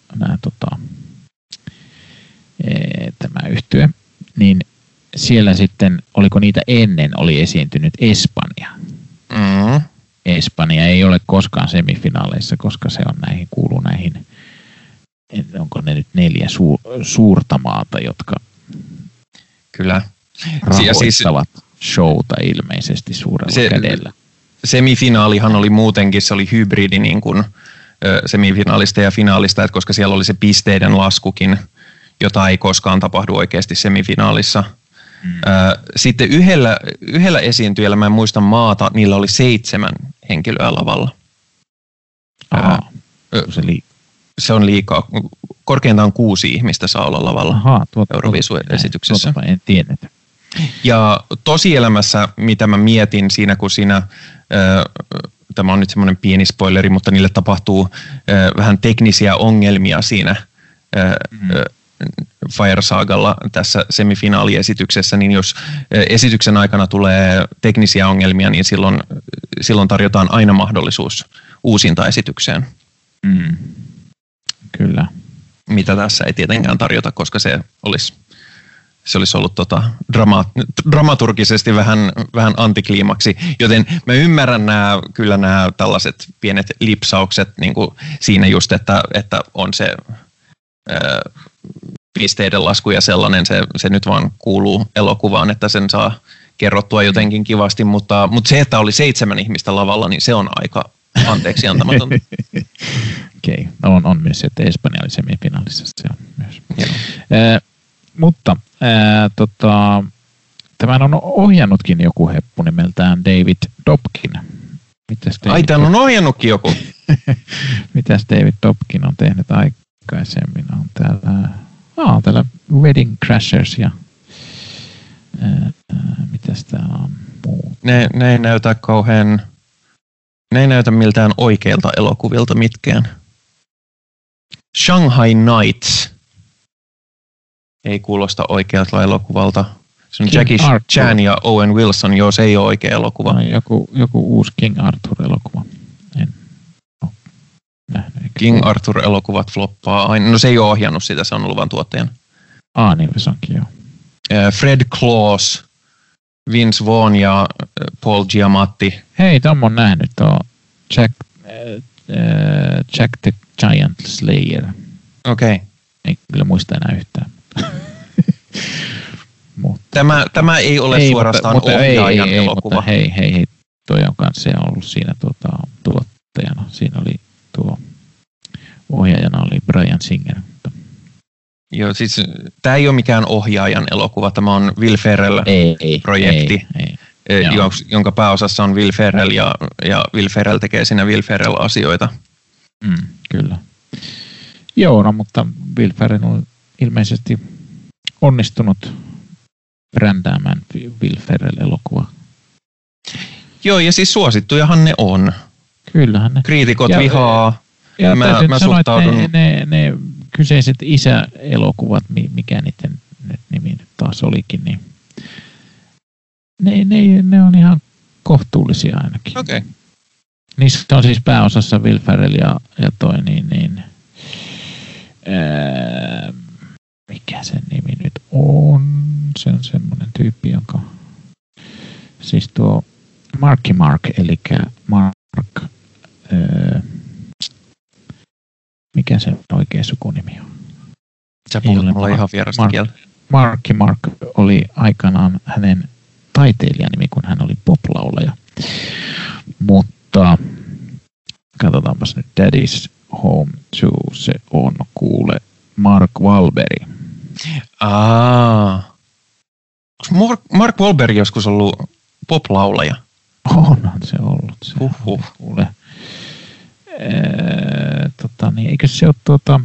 tämä yhtye, niin siellä sitten, oliko niitä ennen, oli esiintynyt Espanja. Mm. Espanja ei ole koskaan semifinaaleissa, koska se on kuuluu näihin, onko ne nyt 4 suurta maata, jotka kyllä rahoittavat showta ilmeisesti suurella kädellä. Semifinaalihan oli muutenkin, se oli hybridi niin kuin semifinaalista ja finaalista, että koska siellä oli se pisteiden laskukin, jota ei koskaan tapahdu oikeasti semifinaalissa. Sitten yhdellä esiintyjällä, mä en muista maata, niillä oli 7 henkilöä lavalla. Se on liikaa. Korkeintaan 6 ihmistä saa olla lavalla Euroviisu-esityksessä. En tiennyt. Ja tosielämässä, mitä mä mietin siinä, kun tämä on nyt semmoinen pieni spoileri, mutta niille tapahtuu vähän teknisiä ongelmia siinä Fire Sagalla tässä semifinaaliesityksessä, niin jos esityksen aikana tulee teknisiä ongelmia, niin silloin tarjotaan aina mahdollisuus uusintaesitykseen. Kyllä. Mitä tässä ei tietenkään tarjota, koska se olisi ollut dramaturgisesti vähän antikliimaksi, joten mä ymmärrän nämä tällaiset pienet lipsaukset niin kuin siinä just, että on se pisteiden lasku ja sellainen, se nyt vaan kuuluu elokuvaan, että sen saa kerrottua jotenkin kivasti, mutta se, että oli 7 ihmistä lavalla, niin se on aika anteeksi antamatonta. Okei, on myös se, että Espanja oli semifinaalissa, se on myös. Mutta tämän on ohjannutkin joku heppu nimeltään David Dobkin. Tämän on ohjannutkin joku. Mitäs David Dobkin on tehnyt aikaisemmin? On täällä Wedding Crashers ja mitäs täällä on muuta? Ne ei näytä miltään oikeilta elokuvilta mitkään. Shanghai Nights ei kuulosta oikealta elokuvalta. Se on Jackie Chan ja Owen Wilson. Joo, se ei ole oikea elokuva. No, joku uusi King Arthur-elokuva. En ole nähnyt. King Arthur-elokuvat floppaa aina. No se ei ole ohjannut sitä, se on ollut vain tuottajana. Niin se onkin, joo. Fred Claus, Vince Vaughn ja Paul Giamatti. Hei, Tom on nähnyt tuo Jack the Giant Slayer. Okei. En kyllä muista enää yhtään. Tämä ei ole suorastaan ohjaajan elokuva. Mutta hei, toi on kanssa ollut siinä tuottajana. Siinä oli ohjaajana oli Bryan Singer. Joo, siis tämä ei ole mikään ohjaajan elokuva, tämä on Will Ferrell-projekti, jonka pääosassa on Will Ferrell ja Will Ferrell tekee siinä Will Ferrell-asioita. Kyllä. Joo, no, mutta Will Ferrell on ilmeisesti onnistunut brändäämään Will Ferrell-elokuva. Joo, ja siis suosittujahan ne on. Kyllähän ne. Kriitikot vihaa. Ja mä suhtaudun... ne kyseiset isäelokuvat, mikä niiden nimi nyt taas olikin, niin ne on ihan kohtuullisia ainakin. Okei. Okay. Niissä on siis pääosassa Will Ferrell ja toi mikä sen nimi nyt on? Se on semmoinen tyyppi, jonka siis tuo Marky Mark, eli Mark, mikä se oikea sukunimi on? Sä puhut mulla ihan vierasta kieltä. Marky Mark oli aikanaan hänen taiteilijanimi, kun hän oli poplaulaja. Mutta katsotaanpas nyt Daddy's Home 2, se on kuule Mark Wahlberg. Onko Mark Wahlberg joskus ollut poplaulaja? Onhan se ollut. Se kuule. Niin, eikö se ole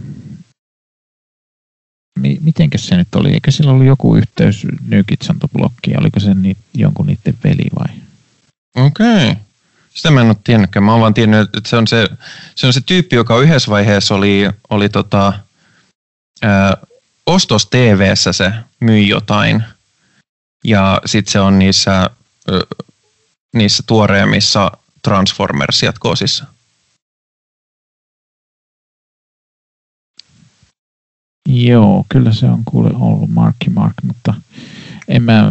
mitenkäs se nyt oli? Eikö sillä ollut joku yhteys New Kids on the Blockiin? Oliko se jonkun niiden veli vai? Okei. Sitä mä en ole tiennytkään. Mä oon vaan tiennyt, että se on se tyyppi, joka yhdessä vaiheessa oli Ostos TV:ssä se myi jotain. Ja sit se on niissä tuoreemmissa Transformers-jatkosissa. Joo, kyllä se on kuule ollut Marky Mark, mutta en mä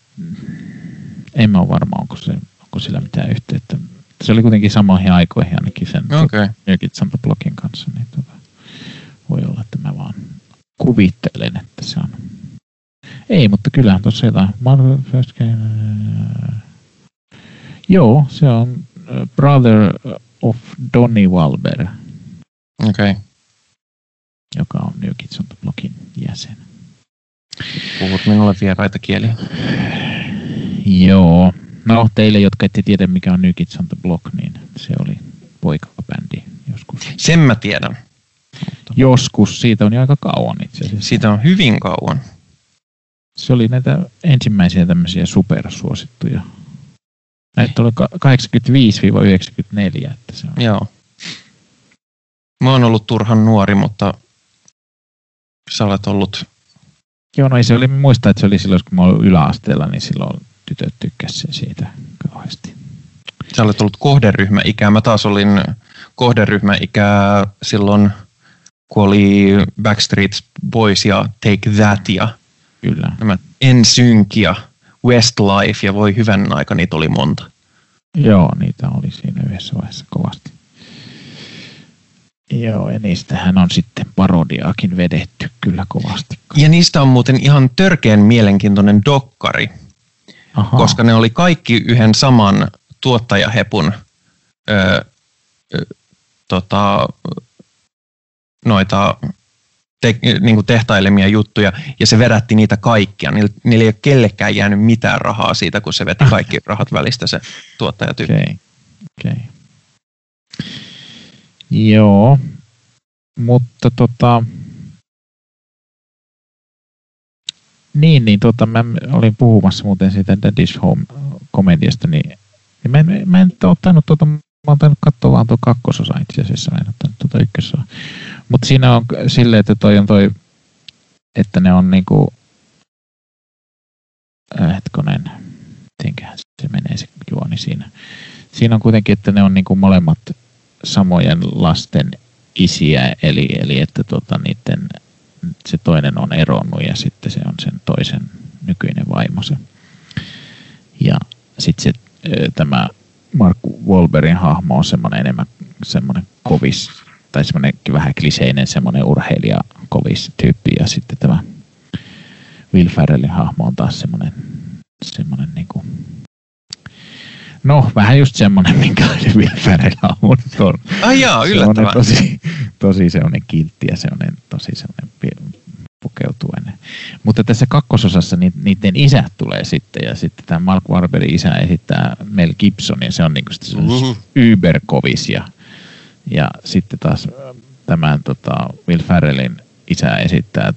ole varma, onko sillä mitään yhteyttä. Se oli kuitenkin samoihin aikoihin ainakin sen New Kids on the Blockin kanssa, niin voi olla, että mä vaan kuvittelen, että se on. Ei, mutta kyllähän tuossa jotain. Joo, se on Brother of Donnie Wahlberg. Okei. Joka on New Kids on the Blockin jäsen. Puhut minulle vieraita kieliä. Joo. No, teille, jotka ette tiedä, mikä on New Kids on the Block, niin se oli poikabändi joskus. Sen mä tiedän. Joskus. Siitä on jo aika kauan itse asiassa. Siitä on hyvin kauan. Se oli näitä ensimmäisiä tämmöisiä supersuosittuja. Näitä oli 85-94. Että se on. Joo. Mä oon ollut turhan nuori, mutta sä olet ollut... Joo, no ei se oli, muistaa, että se oli silloin, kun mä olin yläasteella, niin silloin tytöt tykkäsivät siitä kauheasti. Sä olet ollut kohderyhmäikää. Mä taas olin kohderyhmäikää silloin, kun oli Backstreet Boys ja Take That ja kyllä. Nämä NSYNC ja Westlife ja voi hyvän aika, niitä oli monta. Joo, niitä oli siinä yhdessä vaiheessa kovasti. Joo, ja niistähän on sitten parodiaakin vedetty kyllä kovasti. Ja niistä on muuten ihan törkeän mielenkiintoinen dokkari, koska ne oli kaikki yhden saman tuottajahepun noita niinku tehtailemia juttuja, ja se vedätti niitä kaikkia. Niillä ei ole kellekään jäänyt mitään rahaa siitä, kun se veti kaikki rahat välistä se tuottajatyyppi. Okei. Joo, mutta mä olin puhumassa muuten siitä Daddy's Home-komediasta, niin mä en ottanut mä oon tainnut katsoa vaan tuo kakkososa itse asiassa, mä en ottanut ykkösosa. Mutta siinä on silleen, että että ne on niinku, mitenköhän se menee se juoni siinä. Siinä on kuitenkin, että ne on niinku molemmat samojen lasten isiä, eli että niiden, se toinen on eronnut ja sitten se on sen toisen nykyinen vaimonsa. Ja sitten se tämä Mark Wahlbergin hahmo on enemmän semmoinen kovis, tai semmoinen vähän kliseinen semmoinen urheilija kovis tyyppi, ja sitten tämä Will Ferrellin hahmo on taas semmoinen niinku, no vähän just semmoinen, minkälainen Will Ferrell on. Ai jaa, yllättävän. Tosi semmoinen kiltti ja tosi semmoinen pukeutuinen. Mutta tässä kakkososassa niiden isät tulee sitten, ja sitten tämä Mark Wahlbergin isä esittää Mel Gibson, ja se on niinku yberkovis, ja sitten taas tämän Will Ferrellin isä esittää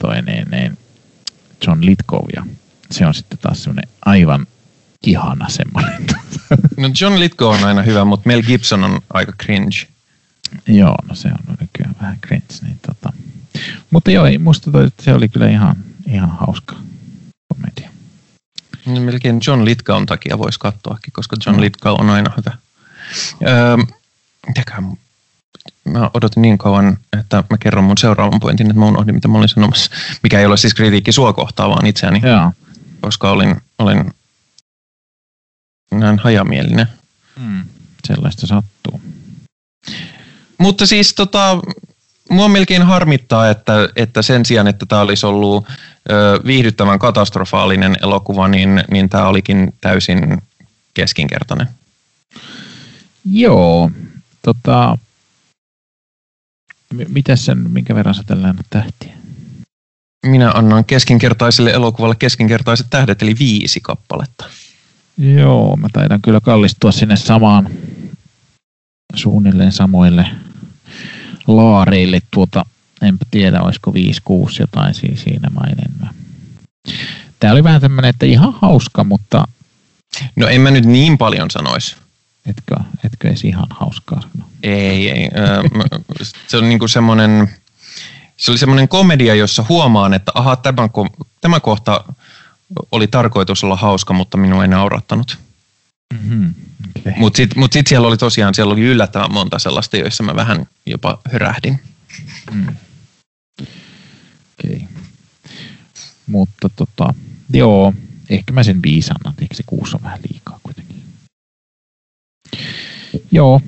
John Lithgow, ja se on sitten taas semmoinen aivan ihana semmoinen No John Lithgow on aina hyvä, mutta Mel Gibson on aika cringe. Joo, no se on nykyään vähän cringe. Niin Mutta joo, musta se oli kyllä ihan hauska komedia. No, melkein John Lithgown takia voisi katsoakin, koska John Lithgow on aina hyvä. Mä odotin niin kauan, että mä kerron mun seuraavan pointin, että mä unohdin, mitä mä olin sanomassa. Mikä ei ole siis kritiikki sua kohtaan, vaan itseäni. Joo. Koska olin näin hajamielinen. Sellaista sattuu. Mutta siis mua melkein harmittaa, että sen sijaan, että tämä olisi ollut viihdyttävän katastrofaalinen elokuva, niin tämä olikin täysin keskinkertainen. Joo, minkä verran sä tällä annat tähtiä? Minä annan keskinkertaiselle elokuvalle keskinkertaiset tähdet, eli 5 kappaletta. Joo, mä taidan kyllä kallistua sinne suunnilleen samoille laareille. Enpä tiedä, olisiko 5-6 jotain siinä mainen. Tää oli vähän tämmönen, että ihan hauska, mutta... No en mä nyt niin paljon sanoisi. Etkö edes ihan hauskaa sano? Ei. Se on niinku semmoinen... Se oli semmoinen komedia, jossa huomaan, että tämä kohta oli tarkoitus olla hauska, mutta minua ei naurattanut. Okay. Mutta sit siellä oli yllättävän monta sellaista, joissa mä vähän jopa hörähdin. Okay. Mutta joo, ehkä mä sen 5 annan, eikö se 6 on vähän liikaa kuitenkin. Joo,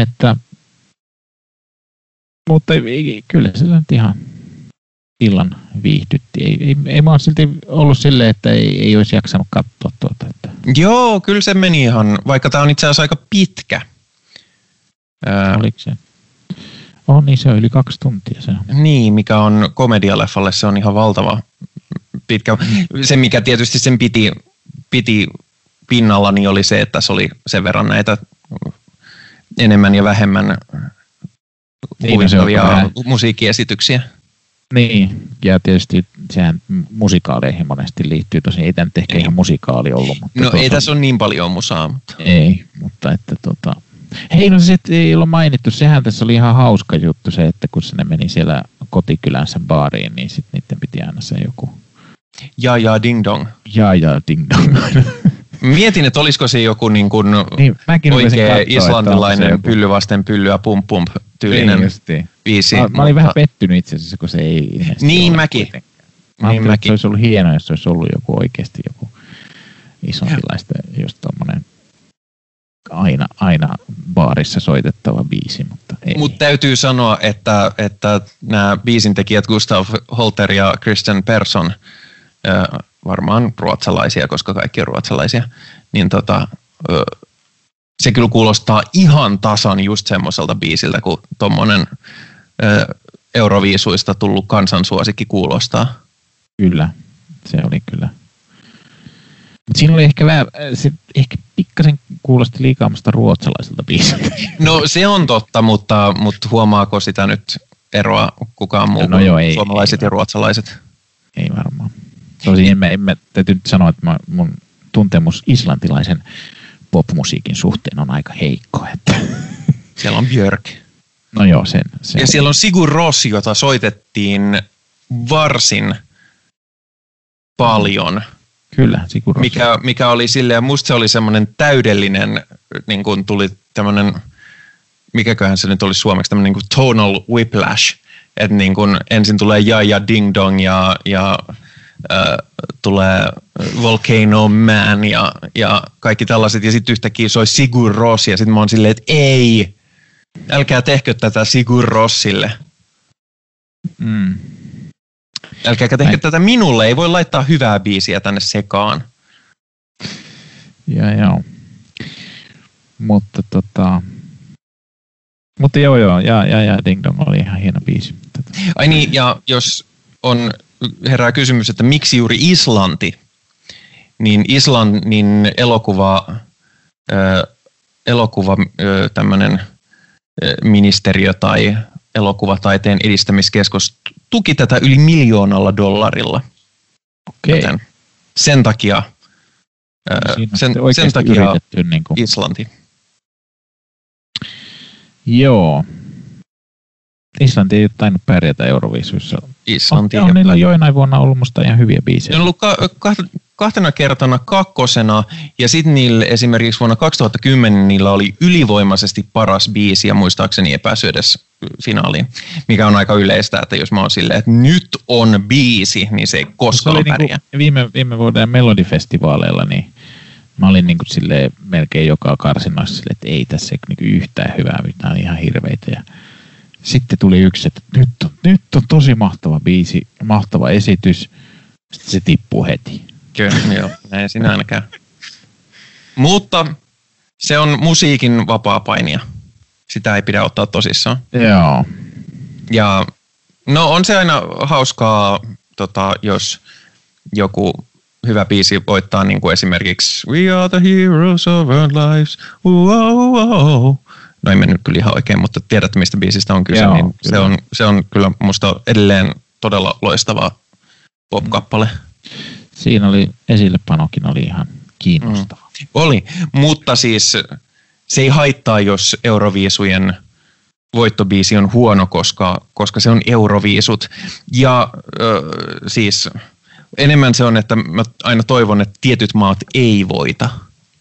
mutta kyllä se nyt ihan illan viihdytti. Ei mä ole silti ollut silleen, että ei olisi jaksanut katsoa tuota. Että... Joo, kyllä se meni ihan, vaikka tää on itse asiassa aika pitkä. Oliko se? Niin se on yli 2 tuntia se on. Niin, mikä on komedialeffalle, se on ihan valtava pitkä. Se, mikä tietysti sen piti pinnalla, niin oli se, että se oli sen verran näitä enemmän ja vähemmän huvittavia musiikkiesityksiä. Niin, ja tietysti sehän musikaaleihin monesti liittyy, tosin ei tämä nyt ehkä ihan musikaali ollut. Mutta no ei tässä ole niin paljon musaa. Mutta... Ei, mutta että Hei, no se ei ole mainittu, sehän tässä oli ihan hauska juttu se, että kun ne meni siellä kotikylänsä baariin, niin sitten niiden piti aina se joku... Ja ding dong. Ja ding dong. Mietin, että olisiko se joku niin kuin oikea islantilainen pylly vasten pyllyä pump pump tyylinen biisi. Mä olin vähän pettynyt itse asiassa, kun se ei... Niin mäkin. Mä ajattelin, että se olisi ollut hienoa, jos se olisi ollut joku oikeasti joku islantilaista, just tommonen aina baarissa soitettava biisi, mutta ei. Mutta täytyy sanoa, että nämä biisintekijät Gustav Holter ja Christian Persson, varmaan ruotsalaisia, koska kaikki on ruotsalaisia, niin se kyllä kuulostaa ihan tasan just semmoiselta biisiltä, kun tommonen Euroviisuista tullut kansansuosikki kuulostaa. Kyllä, se oli kyllä. Mutta siinä oli ehkä pikkasen kuulosti liikaa musta ruotsalaiselta biisiltä. No se on totta, mutta huomaako sitä nyt eroa kukaan muu kuin suomalaiset ja ruotsalaiset? Ei varmaan. Tosin emme täytyy nyt sanoa, että mun tuntemus islantilaisen popmusiikin suhteen on aika heikko. Että. Siellä on Björk. No joo, sen. Ja siellä on Sigur Rós, jota soitettiin varsin paljon. Kyllä, Sigur Rós. Mikä oli silleen, musta se oli semmoinen täydellinen, niin kuin tuli tämmöinen, mikäköhän se nyt olisi suomeksi, tämmöinen niin kuin tonal whiplash. Että niin kuin ensin tulee ja ding dong ja tulee Volcano Man ja kaikki tällaiset, ja sitten yhtäkkiä soi Sigur Rós, ja sitten mä oon silleen, että ei, älkää tehkö tätä Sigur Rósille. Älkääkä tehkö tätä minulle, ei voi laittaa hyvää biisiä tänne sekaan. Joo. Mutta joo, ja Ding Dong oli ihan hieno biisi. Ai niin, ja jos herää kysymys, että miksi juuri Islanti, niin Islannin elokuva tämmöinen ministeriö tai elokuvataiteen edistämiskeskus tuki tätä yli $1 miljoonalla. Okei. Sen takia Sen takia niin kuin Islanti. Joo. Islanti ei ole tainnut pärjätä Euroviisuissa. Islanti. On niillä joinain vuonna ollut musta ihan hyviä biisejä. Ne on ollut kahtena kertana kakkosena, ja sitten niillä esimerkiksi vuonna 2010 niillä oli ylivoimaisesti paras biisi, ja muistaakseni ei päässyt edes finaaliin, mikä on aika yleistä, että jos mä oon silleen, että nyt on biisi, niin se ei koskaan pärjää. Niin viime vuoden Melodifestivaaleilla, niin mä olin niin kuin silleen melkein joka karsinoissa silleen, että ei tässä niin yhtään hyvää, mitään ihan hirveitä. Ja sitten tuli yksi, että nyt on tosi mahtava biisi, mahtava esitys. Sitten se tippuu heti. Kyllä, joo. Näin siinä ainakaan. Mutta se on musiikin vapaa-painia. Sitä ei pidä ottaa tosissaan. Joo. Ja no on se aina hauskaa, jos joku hyvä biisi voittaa niin kuin esimerkiksi We are the heroes of our lives. No ei mennyt kyllä ihan oikein, mutta tiedätte mistä biisistä on kyse, joo, niin se on kyllä musta edelleen todella loistava pop-kappale. Siinä oli, esillepanokin oli ihan kiinnostava. Oli, mutta siis se ei haittaa, jos Euroviisujen voittobiisi on huono, koska se on Euroviisut. Ja siis enemmän se on, että mä aina toivon, että tietyt maat ei voita.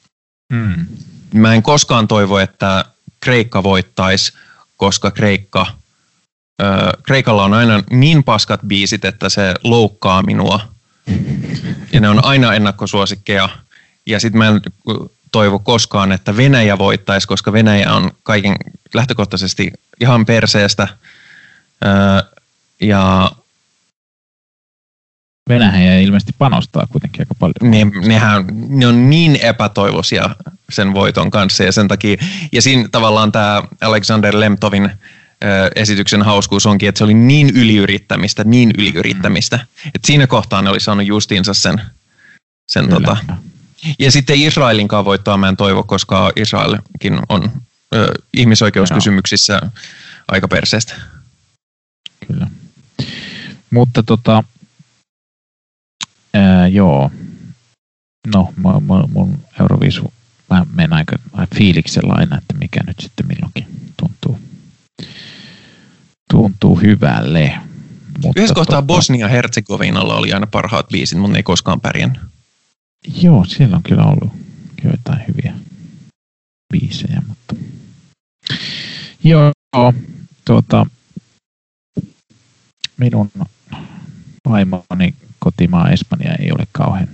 Mä en koskaan toivo, että Kreikka voittaisi, koska Kreikalla on aina niin paskat biisit, että se loukkaa minua. Ja ne on aina ennakkosuosikkeja. Ja sitten mä en toivo koskaan, että Venäjä voittaisi, koska Venäjä on kaiken lähtökohtaisesti ihan perseestä. Ja Venäjä ilmeisesti panostaa kuitenkin aika paljon. Ne on niin epätoivoisia sen voiton kanssa ja sen takia. Ja siinä tavallaan tämä Alexander Lemtovin esityksen hauskuus onkin, että se oli niin yliyrittämistä. Että siinä kohtaa ne oli saanut justiinsa sen Ja sitten Israelinkaan voittaa mä en toivo, koska Israelkin on ihmisoikeuskysymyksissä aika perseestä. Kyllä. Mutta joo. No, mun Euroviisu, mä menen aika fiiliksellä aina, että mikä nyt sitten milloinkin tuntuu hyvälle. Mutta yhdessä kohtaa Bosnia-Herzegovinalla oli aina parhaat biisit, mutta ne ei koskaan pärjännyt. Joo, siellä on kyllä ollut joitain hyviä biisejä, mutta joo, minun vaimoni kotimaa Espanja ei ole kauhean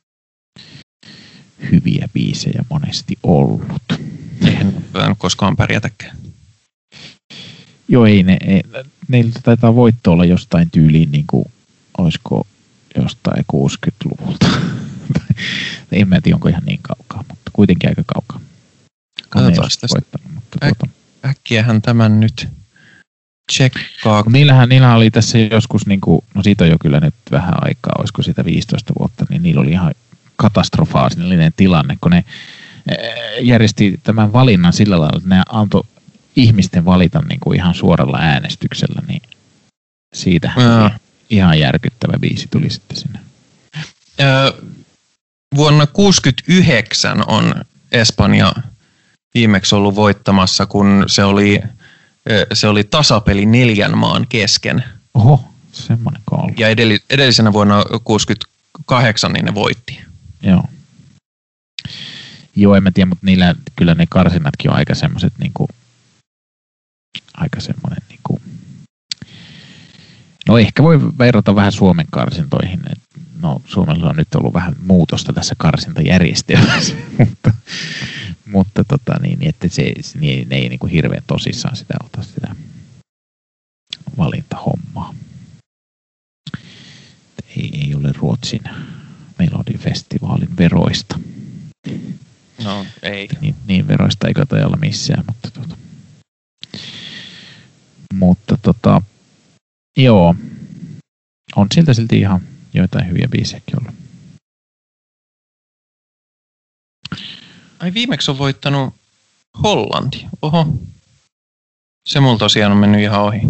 hyviä biisejä monesti ollut. Eihän koskaan pärjätäkään. Joo, neillä taitaa voitto olla jostain tyyliin, niin kuin, olisiko jostain 60-luvulta. En mä tiedä, onko ihan niin kaukaa, mutta kuitenkin aika kaukaa. Katsotaan tästä. Äkkiähän tämän nyt tsekkaa. Niillähän oli tässä joskus, niin kuin, no siitä on jo kyllä nyt vähän aikaa, olisiko siitä 15 vuotta, niin niillä oli ihan katastrofaalinen tilanne, kun ne järjesti tämän valinnan sillä lailla, että ne antoi ihmisten valita niin kuin ihan suoralla äänestyksellä, niin siitä ihan järkyttävä biisi tuli sitten sinne. Vuonna 1969 on Espanja viimeksi ollut voittamassa, kun se oli tasapeli 4 maan kesken. Oho, semmoinen koulu. Ja edellisenä vuonna 1968 niin ne voitti. Joo, en mä tiedä, mutta niillä kyllä ne karsinnatkin on aika semmoiset niinku aika semmoinen niinku, no ehkä voi verrata vähän Suomen karsintoihin. No Suomella on nyt ollut vähän muutosta tässä karsintajärjestelmässä, mutta niin, että ne ei niinku hirveän tosissaan sitä ota sitä valintahommaa. Ei ole Ruotsin Melodifestivaalin veroista. No ei. Niin veroista ei kata olla missään, mutta joo, on silti ihan joitain hyviä biisejäkin ollut. Ai viimeksi on voittanut Hollanti. Oho. Se mulla tosiaan on mennyt ihan ohi.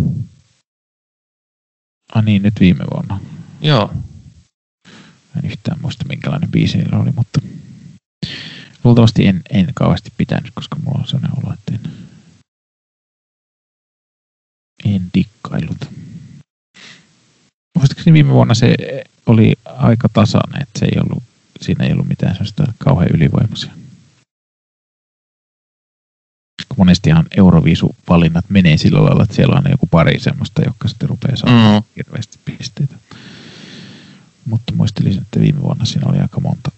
Niin, nyt viime vuonna. Joo. En yhtään muista minkälainen biisi niillä oli, mutta Luultavasti en kauheasti pitänyt, koska mulla on sellainen olo, että en dikkaillut. Muistaakseni viime vuonna se oli aika tasainen, että siinä ei ollut mitään sellaista kauhean ylivoimaisia. Monestihan Euroviisu-valinnat menee sillä lailla, että siellä on joku pari semmoista, jotka sitten rupeaa saamaan hirveästi pisteitä. Mutta muistelisin, että viime vuonna siinä oli aika monta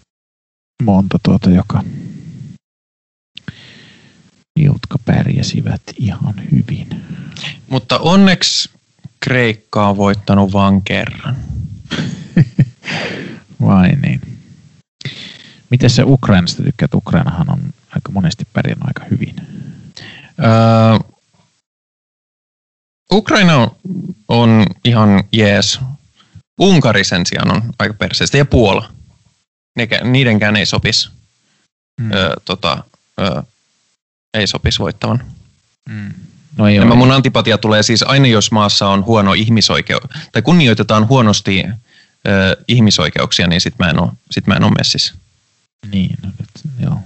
jotka pärjäsivät ihan hyvin. Mutta onneksi Kreikka on voittanut vaan kerran. Vai niin. Miten se Ukrainasta tykkäät? Ukrainahan on aika monesti pärjännyt aika hyvin. Ukraina on ihan jees. Unkari sen sijaan on aika perseestä. Ja Puola. Niidenkään ei sopisi. Ei sopisi voittavan. No ei mun antipatia tulee siis aina, jos maassa on huono ihmisoikeus, tai kunnioitetaan huonosti ihmisoikeuksia, niin sit mä en ole messissä. Niin, no nyt, joo.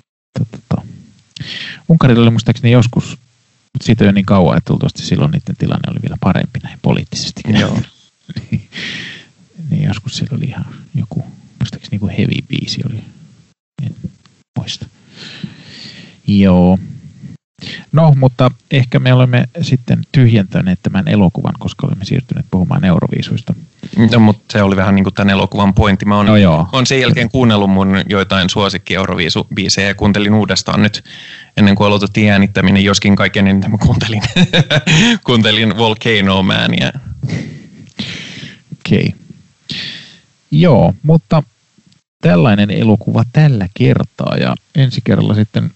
Unkarilla oli muistaakseni joskus, mutta siitä jo niin kauan, että luultavasti silloin niiden tilanne oli vielä parempi näin poliittisesti. Joo. niin joskus siellä oli ihan joku, muistaakseni joku heavy-biisi oli, en muista. Joo. No, mutta ehkä me olemme sitten tyhjentäneet tämän elokuvan, koska olemme siirtyneet puhumaan Euroviisuista. No, mutta se oli vähän niin kuin tämän elokuvan pointti. Mä oon sen jälkeen kuunnellut mun joitain suosikki Euroviisu-biisejä ja kuuntelin uudestaan nyt ennen kuin aloitettiin äänittäminen, joskin kaiken eniten mä kuuntelin Volcano Mania. Okei. Joo, mutta tällainen elokuva tällä kertaa ja ensi kerralla sitten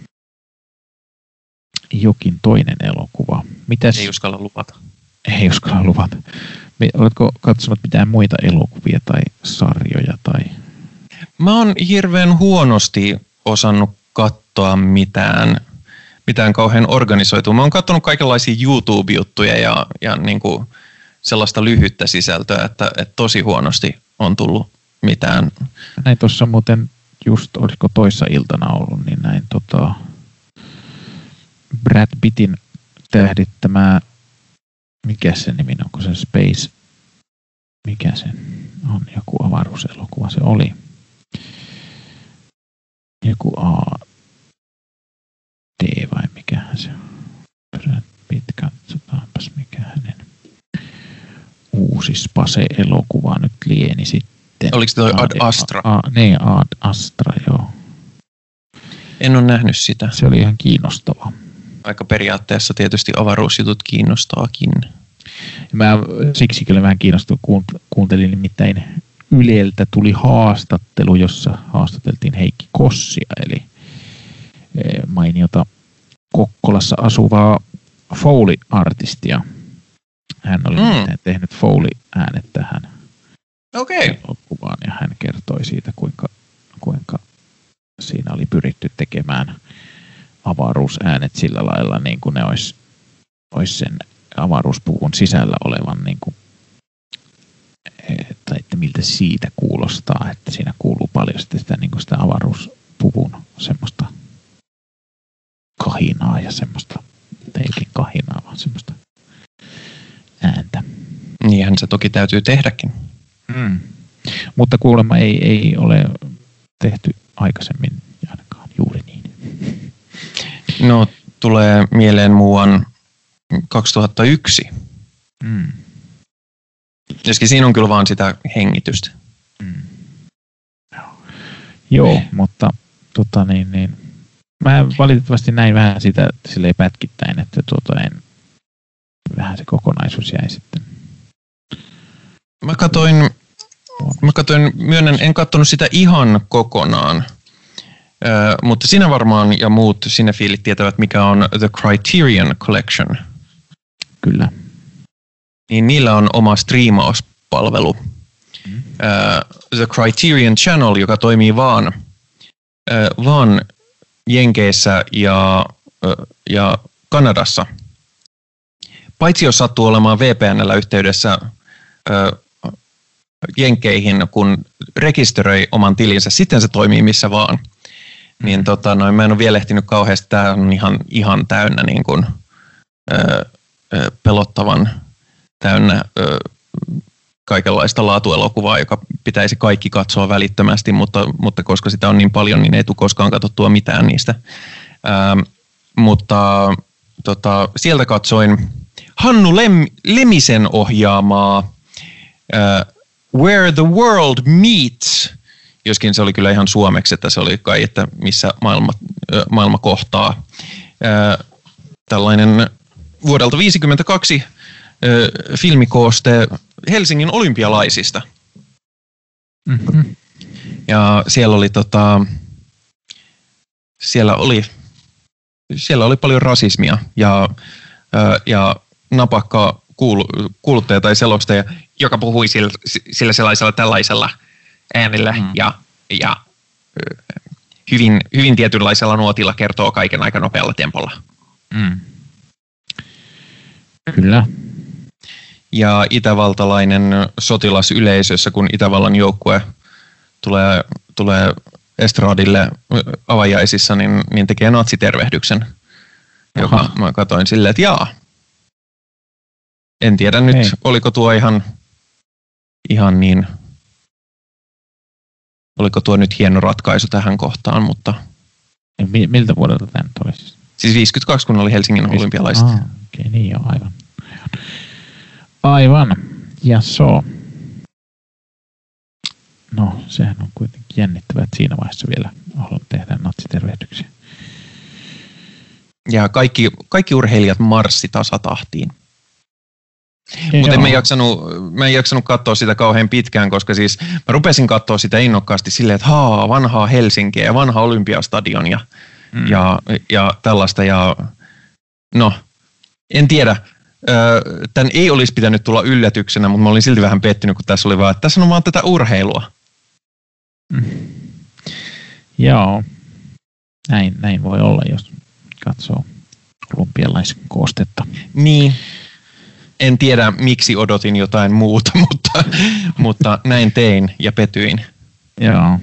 jokin toinen elokuva. Mitäs? Ei uskalla luvata. Ei uskalla luvata. Oletko katsonut mitään muita elokuvia tai sarjoja? Tai? Mä oon hirveän huonosti osannut katsoa mitään kauhean organisoitua. Mä oon katsonut kaikenlaisia YouTube-juttuja ja niin kuin sellaista lyhyttä sisältöä, että tosi huonosti on tullut mitään. Näin tuossa muuten just, olisiko toissa iltana ollut, niin näin Brad Pittin tähdittämää, mikä se nimi on, onko se Space, mikä se on, joku avaruuselokuva se oli. Joku A.T. vai mikähän se on. Brad Pitt, katsotaanpas mikä hänen uusi Space-elokuva nyt lieni sitten. Oliko se toi Ad Astra? Niin, Ad Astra, joo. En ole nähnyt sitä. Se oli ihan kiinnostava. Aika periaatteessa tietysti avaruusjutut kiinnostaakin. Mä siksi kyllä vähän kiinnostunut, kuuntelin nimittäin Yleltä tuli haastattelu, jossa haastateltiin Heikki Kossia, eli mainiota Kokkolassa asuvaa Foley-artistia. Hän oli tehnyt Foley-äänet tähän elokuvaan ja hän kertoi siitä, kuinka siinä oli pyritty tekemään avaruusäänet sillä lailla, niin kuin ne olisi sen avaruuspuvun sisällä olevan, niin kuin, tai että miltä siitä kuulostaa, että siinä kuuluu paljon sitä, niin kuin sitä avaruuspuvun semmoista kahinaa ja semmoista, ei kahinaa, vaan semmoista ääntä. Niinhän se toki täytyy tehdäkin. Mutta kuulemma ei ole tehty aikaisemmin ainakaan juuri niin. No, tulee mieleen muuan 2001. Joskin siinä on kyllä vaan sitä hengitystä. Joo, mutta mä valitettavasti näin vähän sitä silleen pätkittäin, että vähän se kokonaisuus jäi sitten. Mä katoin, myönnän, en katsonut sitä ihan kokonaan. Mutta sinä varmaan ja muut sinefiilit tietävät, mikä on The Criterion Collection. Kyllä. Niin niillä on oma striimauspalvelu. The Criterion Channel, joka toimii vaan Jenkeissä ja Kanadassa. Paitsi jos sattuu olemaan VPN:llä yhteydessä Jenkeihin, kun rekisteröi oman tilinsä, sitten se toimii missä vaan. Niin mä en ole vielä ehtinyt kauheasti, tää on ihan täynnä niin kuin, pelottavan täynnä kaikenlaista laatuelokuvaa, joka pitäisi kaikki katsoa välittömästi, mutta koska sitä on niin paljon, niin ei tule koskaan katsottua mitään niistä. Mutta sieltä katsoin Hannu Lemisen ohjaamaa Where the World Meets, joskin se oli kyllä ihan suomeksi, että se oli kai, että missä maailma kohtaa. Tällainen vuodelta 1952 filmikooste Helsingin olympialaisista. Mm-hmm. Ja siellä oli paljon rasismia ja napakka kuuluttaja tai selostaja, joka puhui sillä sellaisella tällaisella äänellä ja hyvin tietynlaisella nuotilla kertoo kaiken aika nopealla tempolla. Mm. Kyllä. Ja itävaltalainen sotilasyleisössä, kun Itävallan joukkue tulee estradille avajaisissa, niin tekee natsitervehdyksen, joka mä katsoin silleen, että jaa. En tiedä nyt, oliko tuo ihan niin, oliko tuo nyt hieno ratkaisu tähän kohtaan, mutta... Miltä vuodelta tämä nyt oli? Siis 52, kun oli Helsingin olympialaiset. Okei, niin joo, aivan. Aivan. Ja no, sehän on kuitenkin jännittävää, että siinä vaiheessa vielä tehdään natsitervehdyksiä. Ja kaikki urheilijat marssi tasatahtiin. Mutta mä en jaksanut katsoa sitä kauhean pitkään, koska siis mä rupesin katsoa sitä innokkaasti silleen, että vanhaa Helsinkiä ja vanha Olympiastadion ja tällaista. Ja no, en tiedä. Tän ei olisi pitänyt tulla yllätyksenä, mutta mä olin silti vähän pettynyt, kun tässä oli vaan, että tässä on vaan tätä urheilua. Joo, näin voi olla, jos katsoo olympialaiskoostetta. Niin, en tiedä miksi odotin jotain muuta, mutta näin tein ja petyin. Joo.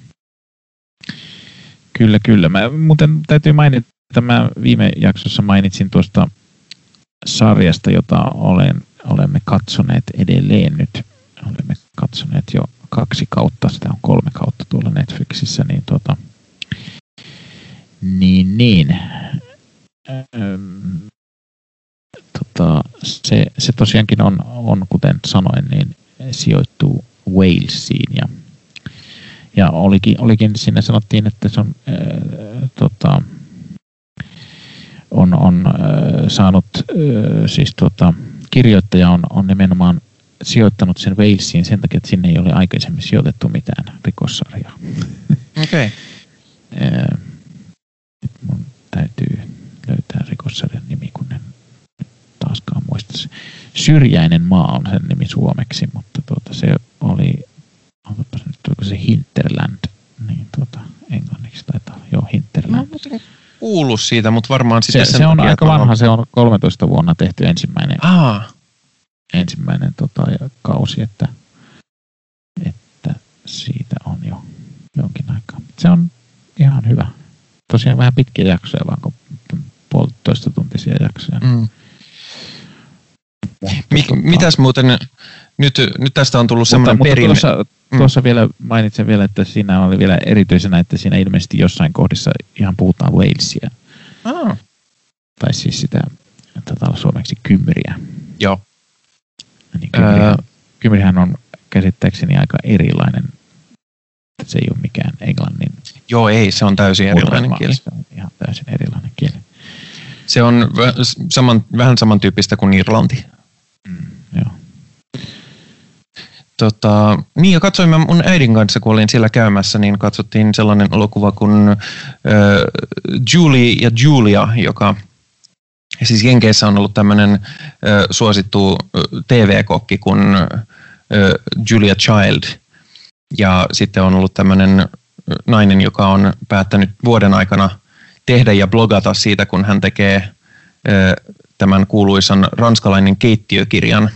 Kyllä. Muuten täytyy mainita, että mä viime jaksossa mainitsin tuosta sarjasta, jota olemme katsoneet edelleen nyt. Olemme katsoneet jo 2 kautta, sitä on 3 kautta tuolla Netflixissä, se tosiaankin on, kuten sanoin, niin sijoittuu Walesiin ja olikin siinä sanottiin, että se on saanut, siis kirjoittaja on nimenomaan sijoittanut sen Walesiin sen takia, että sinne ei ole aikaisemmin sijoitettu mitään rikossarjaa. Okei. Nyt mun täytyy löytää rikossarjan nimi, kun en taaskaan muista. Syrjäinen maa on sen nimi suomeksi, mutta se oli, oliko se Hinterland, niin englanniksi taitaa, No, Hinterland. kuullut siitä, mutta varmaan sitten se on aika vanha, se on 13 vuonna tehty ensimmäinen kausi, että siitä on jo jonkin aikaa. Se on ihan hyvä. Tosiaan vähän pitkiä jaksoja, vaan kuin 1,5 tuntisia jaksoja. Mitäs muuten, nyt tästä on tullut semmoinen perinne. Tuossa vielä mainitsen vielä, että siinä oli vielä erityisenä, että siinä ilmeisesti jossain kohdissa ihan puhutaan Walesia. Tai siis sitä suomeksi kymriä. Joo. Niin kymrihän on käsittääkseni aika erilainen. Se ei ole mikään englannin. Joo, ei, se on täysin erilainen kieli. Se on ihan täysin erilainen kieli. Se on vähän samantyyppistä kuin irlanti. Joo. Niin, ja katsoimme mun äidin kanssa, kun olin siellä käymässä, niin katsottiin sellainen elokuva kuin Julie ja Julia, joka siis Jenkeissä on ollut tämmöinen suosittu TV-kokki kuin Julia Child. Ja sitten on ollut tämmöinen nainen, joka on päättänyt vuoden aikana tehdä ja blogata siitä, kun hän tekee tämän kuuluisan ranskalainen keittiökirjan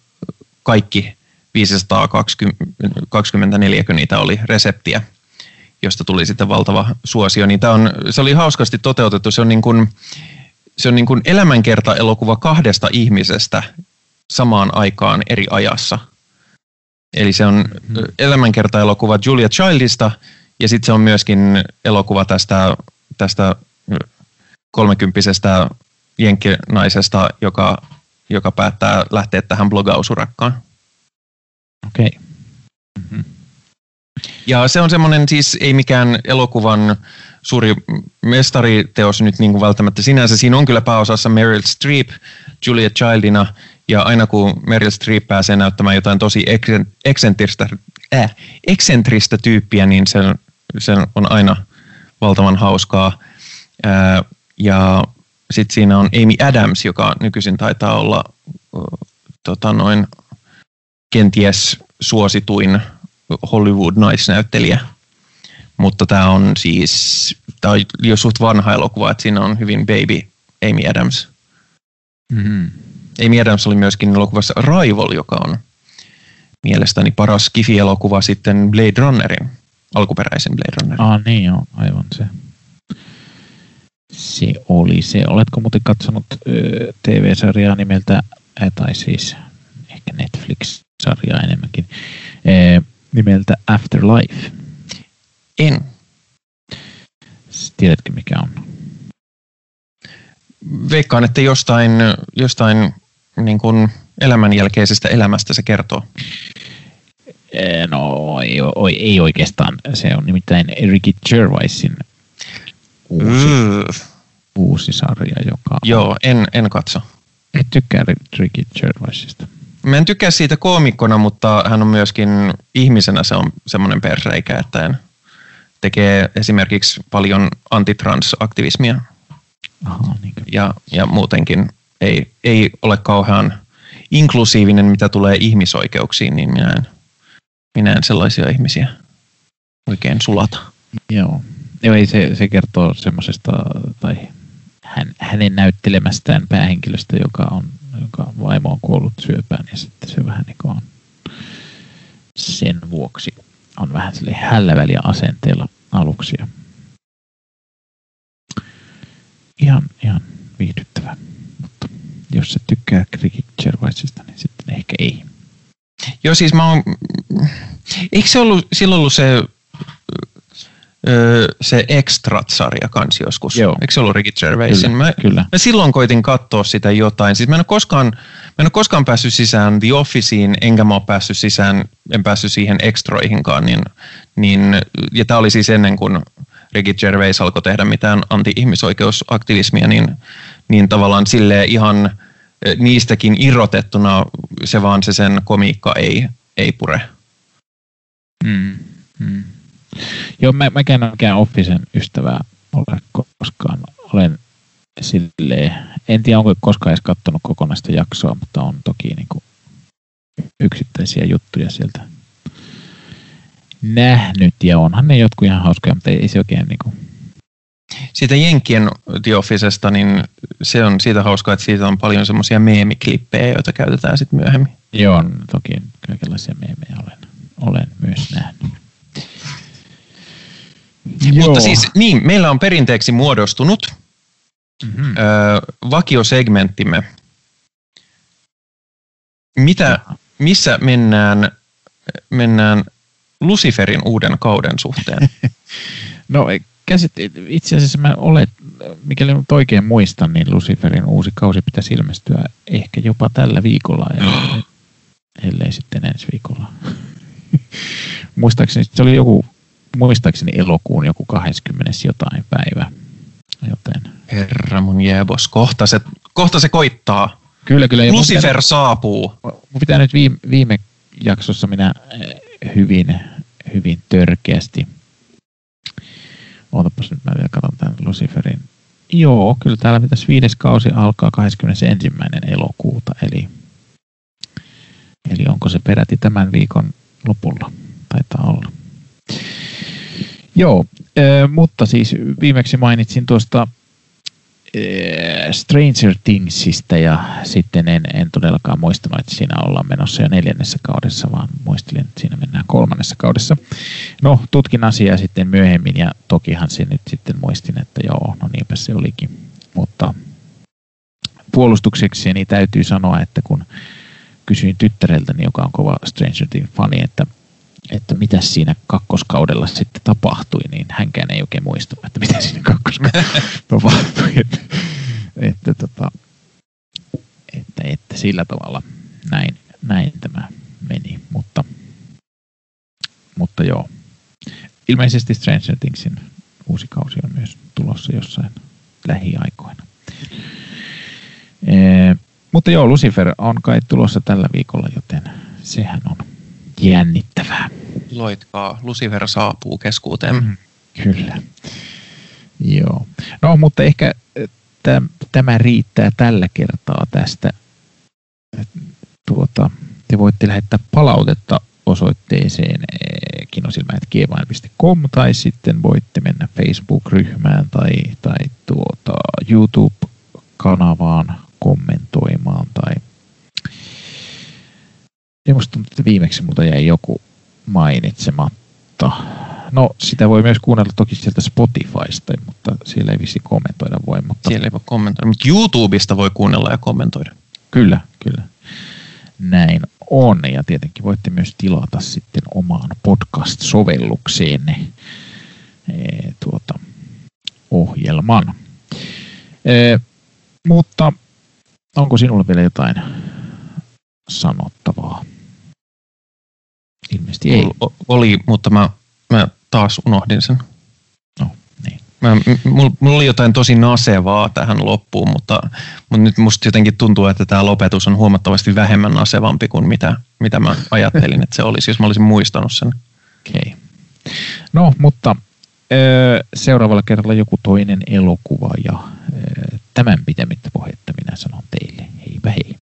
kaikki 524, kun niitä oli reseptiä. josta tuli sitten valtava suosio. Niin se oli hauskasti toteutettu. Se on niin kuin elämänkerta-elokuva 2 ihmisestä samaan aikaan eri ajassa. Eli se on elämänkerta-elokuva Julia Childista, ja sitten se on myöskin elokuva tästä 30-vuotiaasta jenkkinaisesta, joka päättää lähteä tähän blogausurakkaan. Okei. Okay. Mm-hmm. Ja se on semmoinen, siis ei mikään elokuvan suuri mestariteos nyt niin kuin välttämättä sinänsä. Siinä on kyllä pääosassa Meryl Streep Julia Childina, ja aina kun Meryl Streep pääsee näyttämään jotain tosi eksentristä tyyppiä, niin se on aina valtavan hauskaa. Ja sitten siinä on Amy Adams, joka nykyisin taitaa olla kenties suosituin Hollywood-naisnäyttelijä. Mutta tämä on jo suht vanha elokuva, että siinä on hyvin baby Amy Adams. Mm-hmm. Amy Adams oli myöskin elokuvassa Rival, joka on mielestäni paras skifi-elokuva sitten Blade Runnerin, alkuperäisen Blade Runnerin. Niin joo, aivan se. Se oli se. Oletko muuten katsonut TV-sarjaa nimeltä, tai siis ehkä Netflix-sarjaa enemmänkin, nimeltä Afterlife? En. Tiedätkö mikä on? Veikkaan, että jostain niin kuin elämänjälkeisestä elämästä se kertoo. No ei oikeastaan. Se on nimittäin Ricky Gervaisin uusi sarja, joka... Joo, en katso. Et tykkää Ricky Gervaisista? Mä en tykkää siitä koomikkona, mutta hän on myöskin ihmisenä se on semmoinen perreikä, että tekee esimerkiksi paljon antitransaktivismia. Aha, niin ja muutenkin ei ole kauhean inklusiivinen, mitä tulee ihmisoikeuksiin, niin minä en sellaisia ihmisiä oikein sulata. Joo. Ei, se kertoo semmoisesta, tai hänen näyttelemästään päähenkilöstä, jonka vaimo on kuollut syöpään, ja sitten se vähän niin kuin on sen vuoksi on vähän silleen hälläväliä asenteella aluksi. Ihan viihdyttävää, mutta jos se tykkää Ricky Gervaisista, niin sitten ehkä ei. Joo, siis eikö silloin ollut se Extrat-sarja kanssa joskus? Joo. Eikö se ollut Ricky Gervaisin? Kyllä. Mä silloin koitin katsoa sitä jotain. Siis mä en ole koskaan päässyt sisään The Officeen, enkä mä ole en päässyt siihen extroihinkaan. Ja tää oli siis ennen kuin Ricky Gervais alkoi tehdä mitään anti-ihmisoikeusaktivismia, niin tavallaan silleen ihan niistäkin irrotettuna se sen komiikka ei pure. Joo, mäkään en mikään Officen ystävää ole koskaan. Olen silleen, en tiedä onko koskaan edes katsonut kokonaista jaksoa, mutta on toki niinku yksittäisiä juttuja sieltä nähnyt, ja onhan ne jotkut ihan hauskoja, mutta ei se oikein niinku... Siitä Jenkkien The Officesta, niin se on siitä hauskaa, että siitä on paljon semmoisia meemiklippejä, joita käytetään sitten myöhemmin. Joo, toki kaikenlaisia meemejä olen myös nähnyt. Mutta siis niin, meillä on perinteeksi muodostunut vakiosegmenttimme. Missä mennään Luciferin uuden kauden suhteen? No itse asiassa mikäli nyt oikein muistan, niin Luciferin uusi kausi pitäisi ilmestyä ehkä jopa tällä viikolla, ellei sitten ensi viikolla. Muistaakseni se oli elokuun joku 20 jotain päivä. Joten. Herra mun jääbos, kohta se koittaa. Kyllä. Lucifer saapuu. Mun pitää nyt viime jaksossa minä hyvin törkeästi. Ootapas nyt, mä vielä katson tämän Luciferin. Joo, kyllä täällä pitäisi 5. kausi alkaa 21. elokuuta, eli onko se peräti tämän viikon lopulla? Taitaa olla. Joo, mutta siis viimeksi mainitsin tuosta Stranger Thingsista ja sitten en todellakaan muistanut, että siinä ollaan menossa jo 4. kaudessa, vaan muistelin, että siinä mennään 3. kaudessa. No, tutkin asiaa sitten myöhemmin ja tokihan se nyt sitten muistin, että joo, no niinpä se olikin. Mutta puolustukseksi niin täytyy sanoa, että kun kysyin tyttäreltäni, joka on kova Stranger Things-fani, että mitä siinä kakkoskaudella sitten tapahtui, niin hänkään ei oikein muista, että mitä siinä kakkoskaudella tapahtui. Että sillä tavalla näin tämä meni, mutta joo. Ilmeisesti Stranger Thingsin uusi kausi on myös tulossa jossain lähiaikoina. Mutta joo, Lucifer on kai tulossa tällä viikolla, joten sehän on jännittävää. Loitkaa, Lucifer saapuu keskuuteen. Kyllä. Joo. No, mutta ehkä tämä riittää tällä kertaa tästä. Te voitte lähettää palautetta osoitteeseen kinosilmä@gmail.com tai sitten voitte mennä Facebook-ryhmään tai YouTube-kanavaan kommentoimaan tai musta tuntuu, että viimeksi multa jäi joku mainitsematta. No, sitä voi myös kuunnella toki sieltä Spotifysta, mutta siellä ei vissi kommentoida voi. Siellä ei voi kommentoida, mutta YouTubesta voi kuunnella ja kommentoida. Kyllä. Näin on, ja tietenkin voitte myös tilata sitten omaan podcast-sovellukseenne ohjelman. Mutta onko sinulla vielä jotain sanottavaa? Ilmeisesti ei. Oli, mutta mä taas unohdin sen. No, niin. Mulla oli jotain tosi nasevaa tähän loppuun, mutta nyt musta jotenkin tuntuu, että tämä lopetus on huomattavasti vähemmän nasevampi kuin mitä mä ajattelin, että se olisi, jos mä olisin muistanut sen. Okei. No, mutta seuraavalla kerralla joku toinen elokuva ja tämän pitemmittä puhetta minä sanon teille. Heipä hei.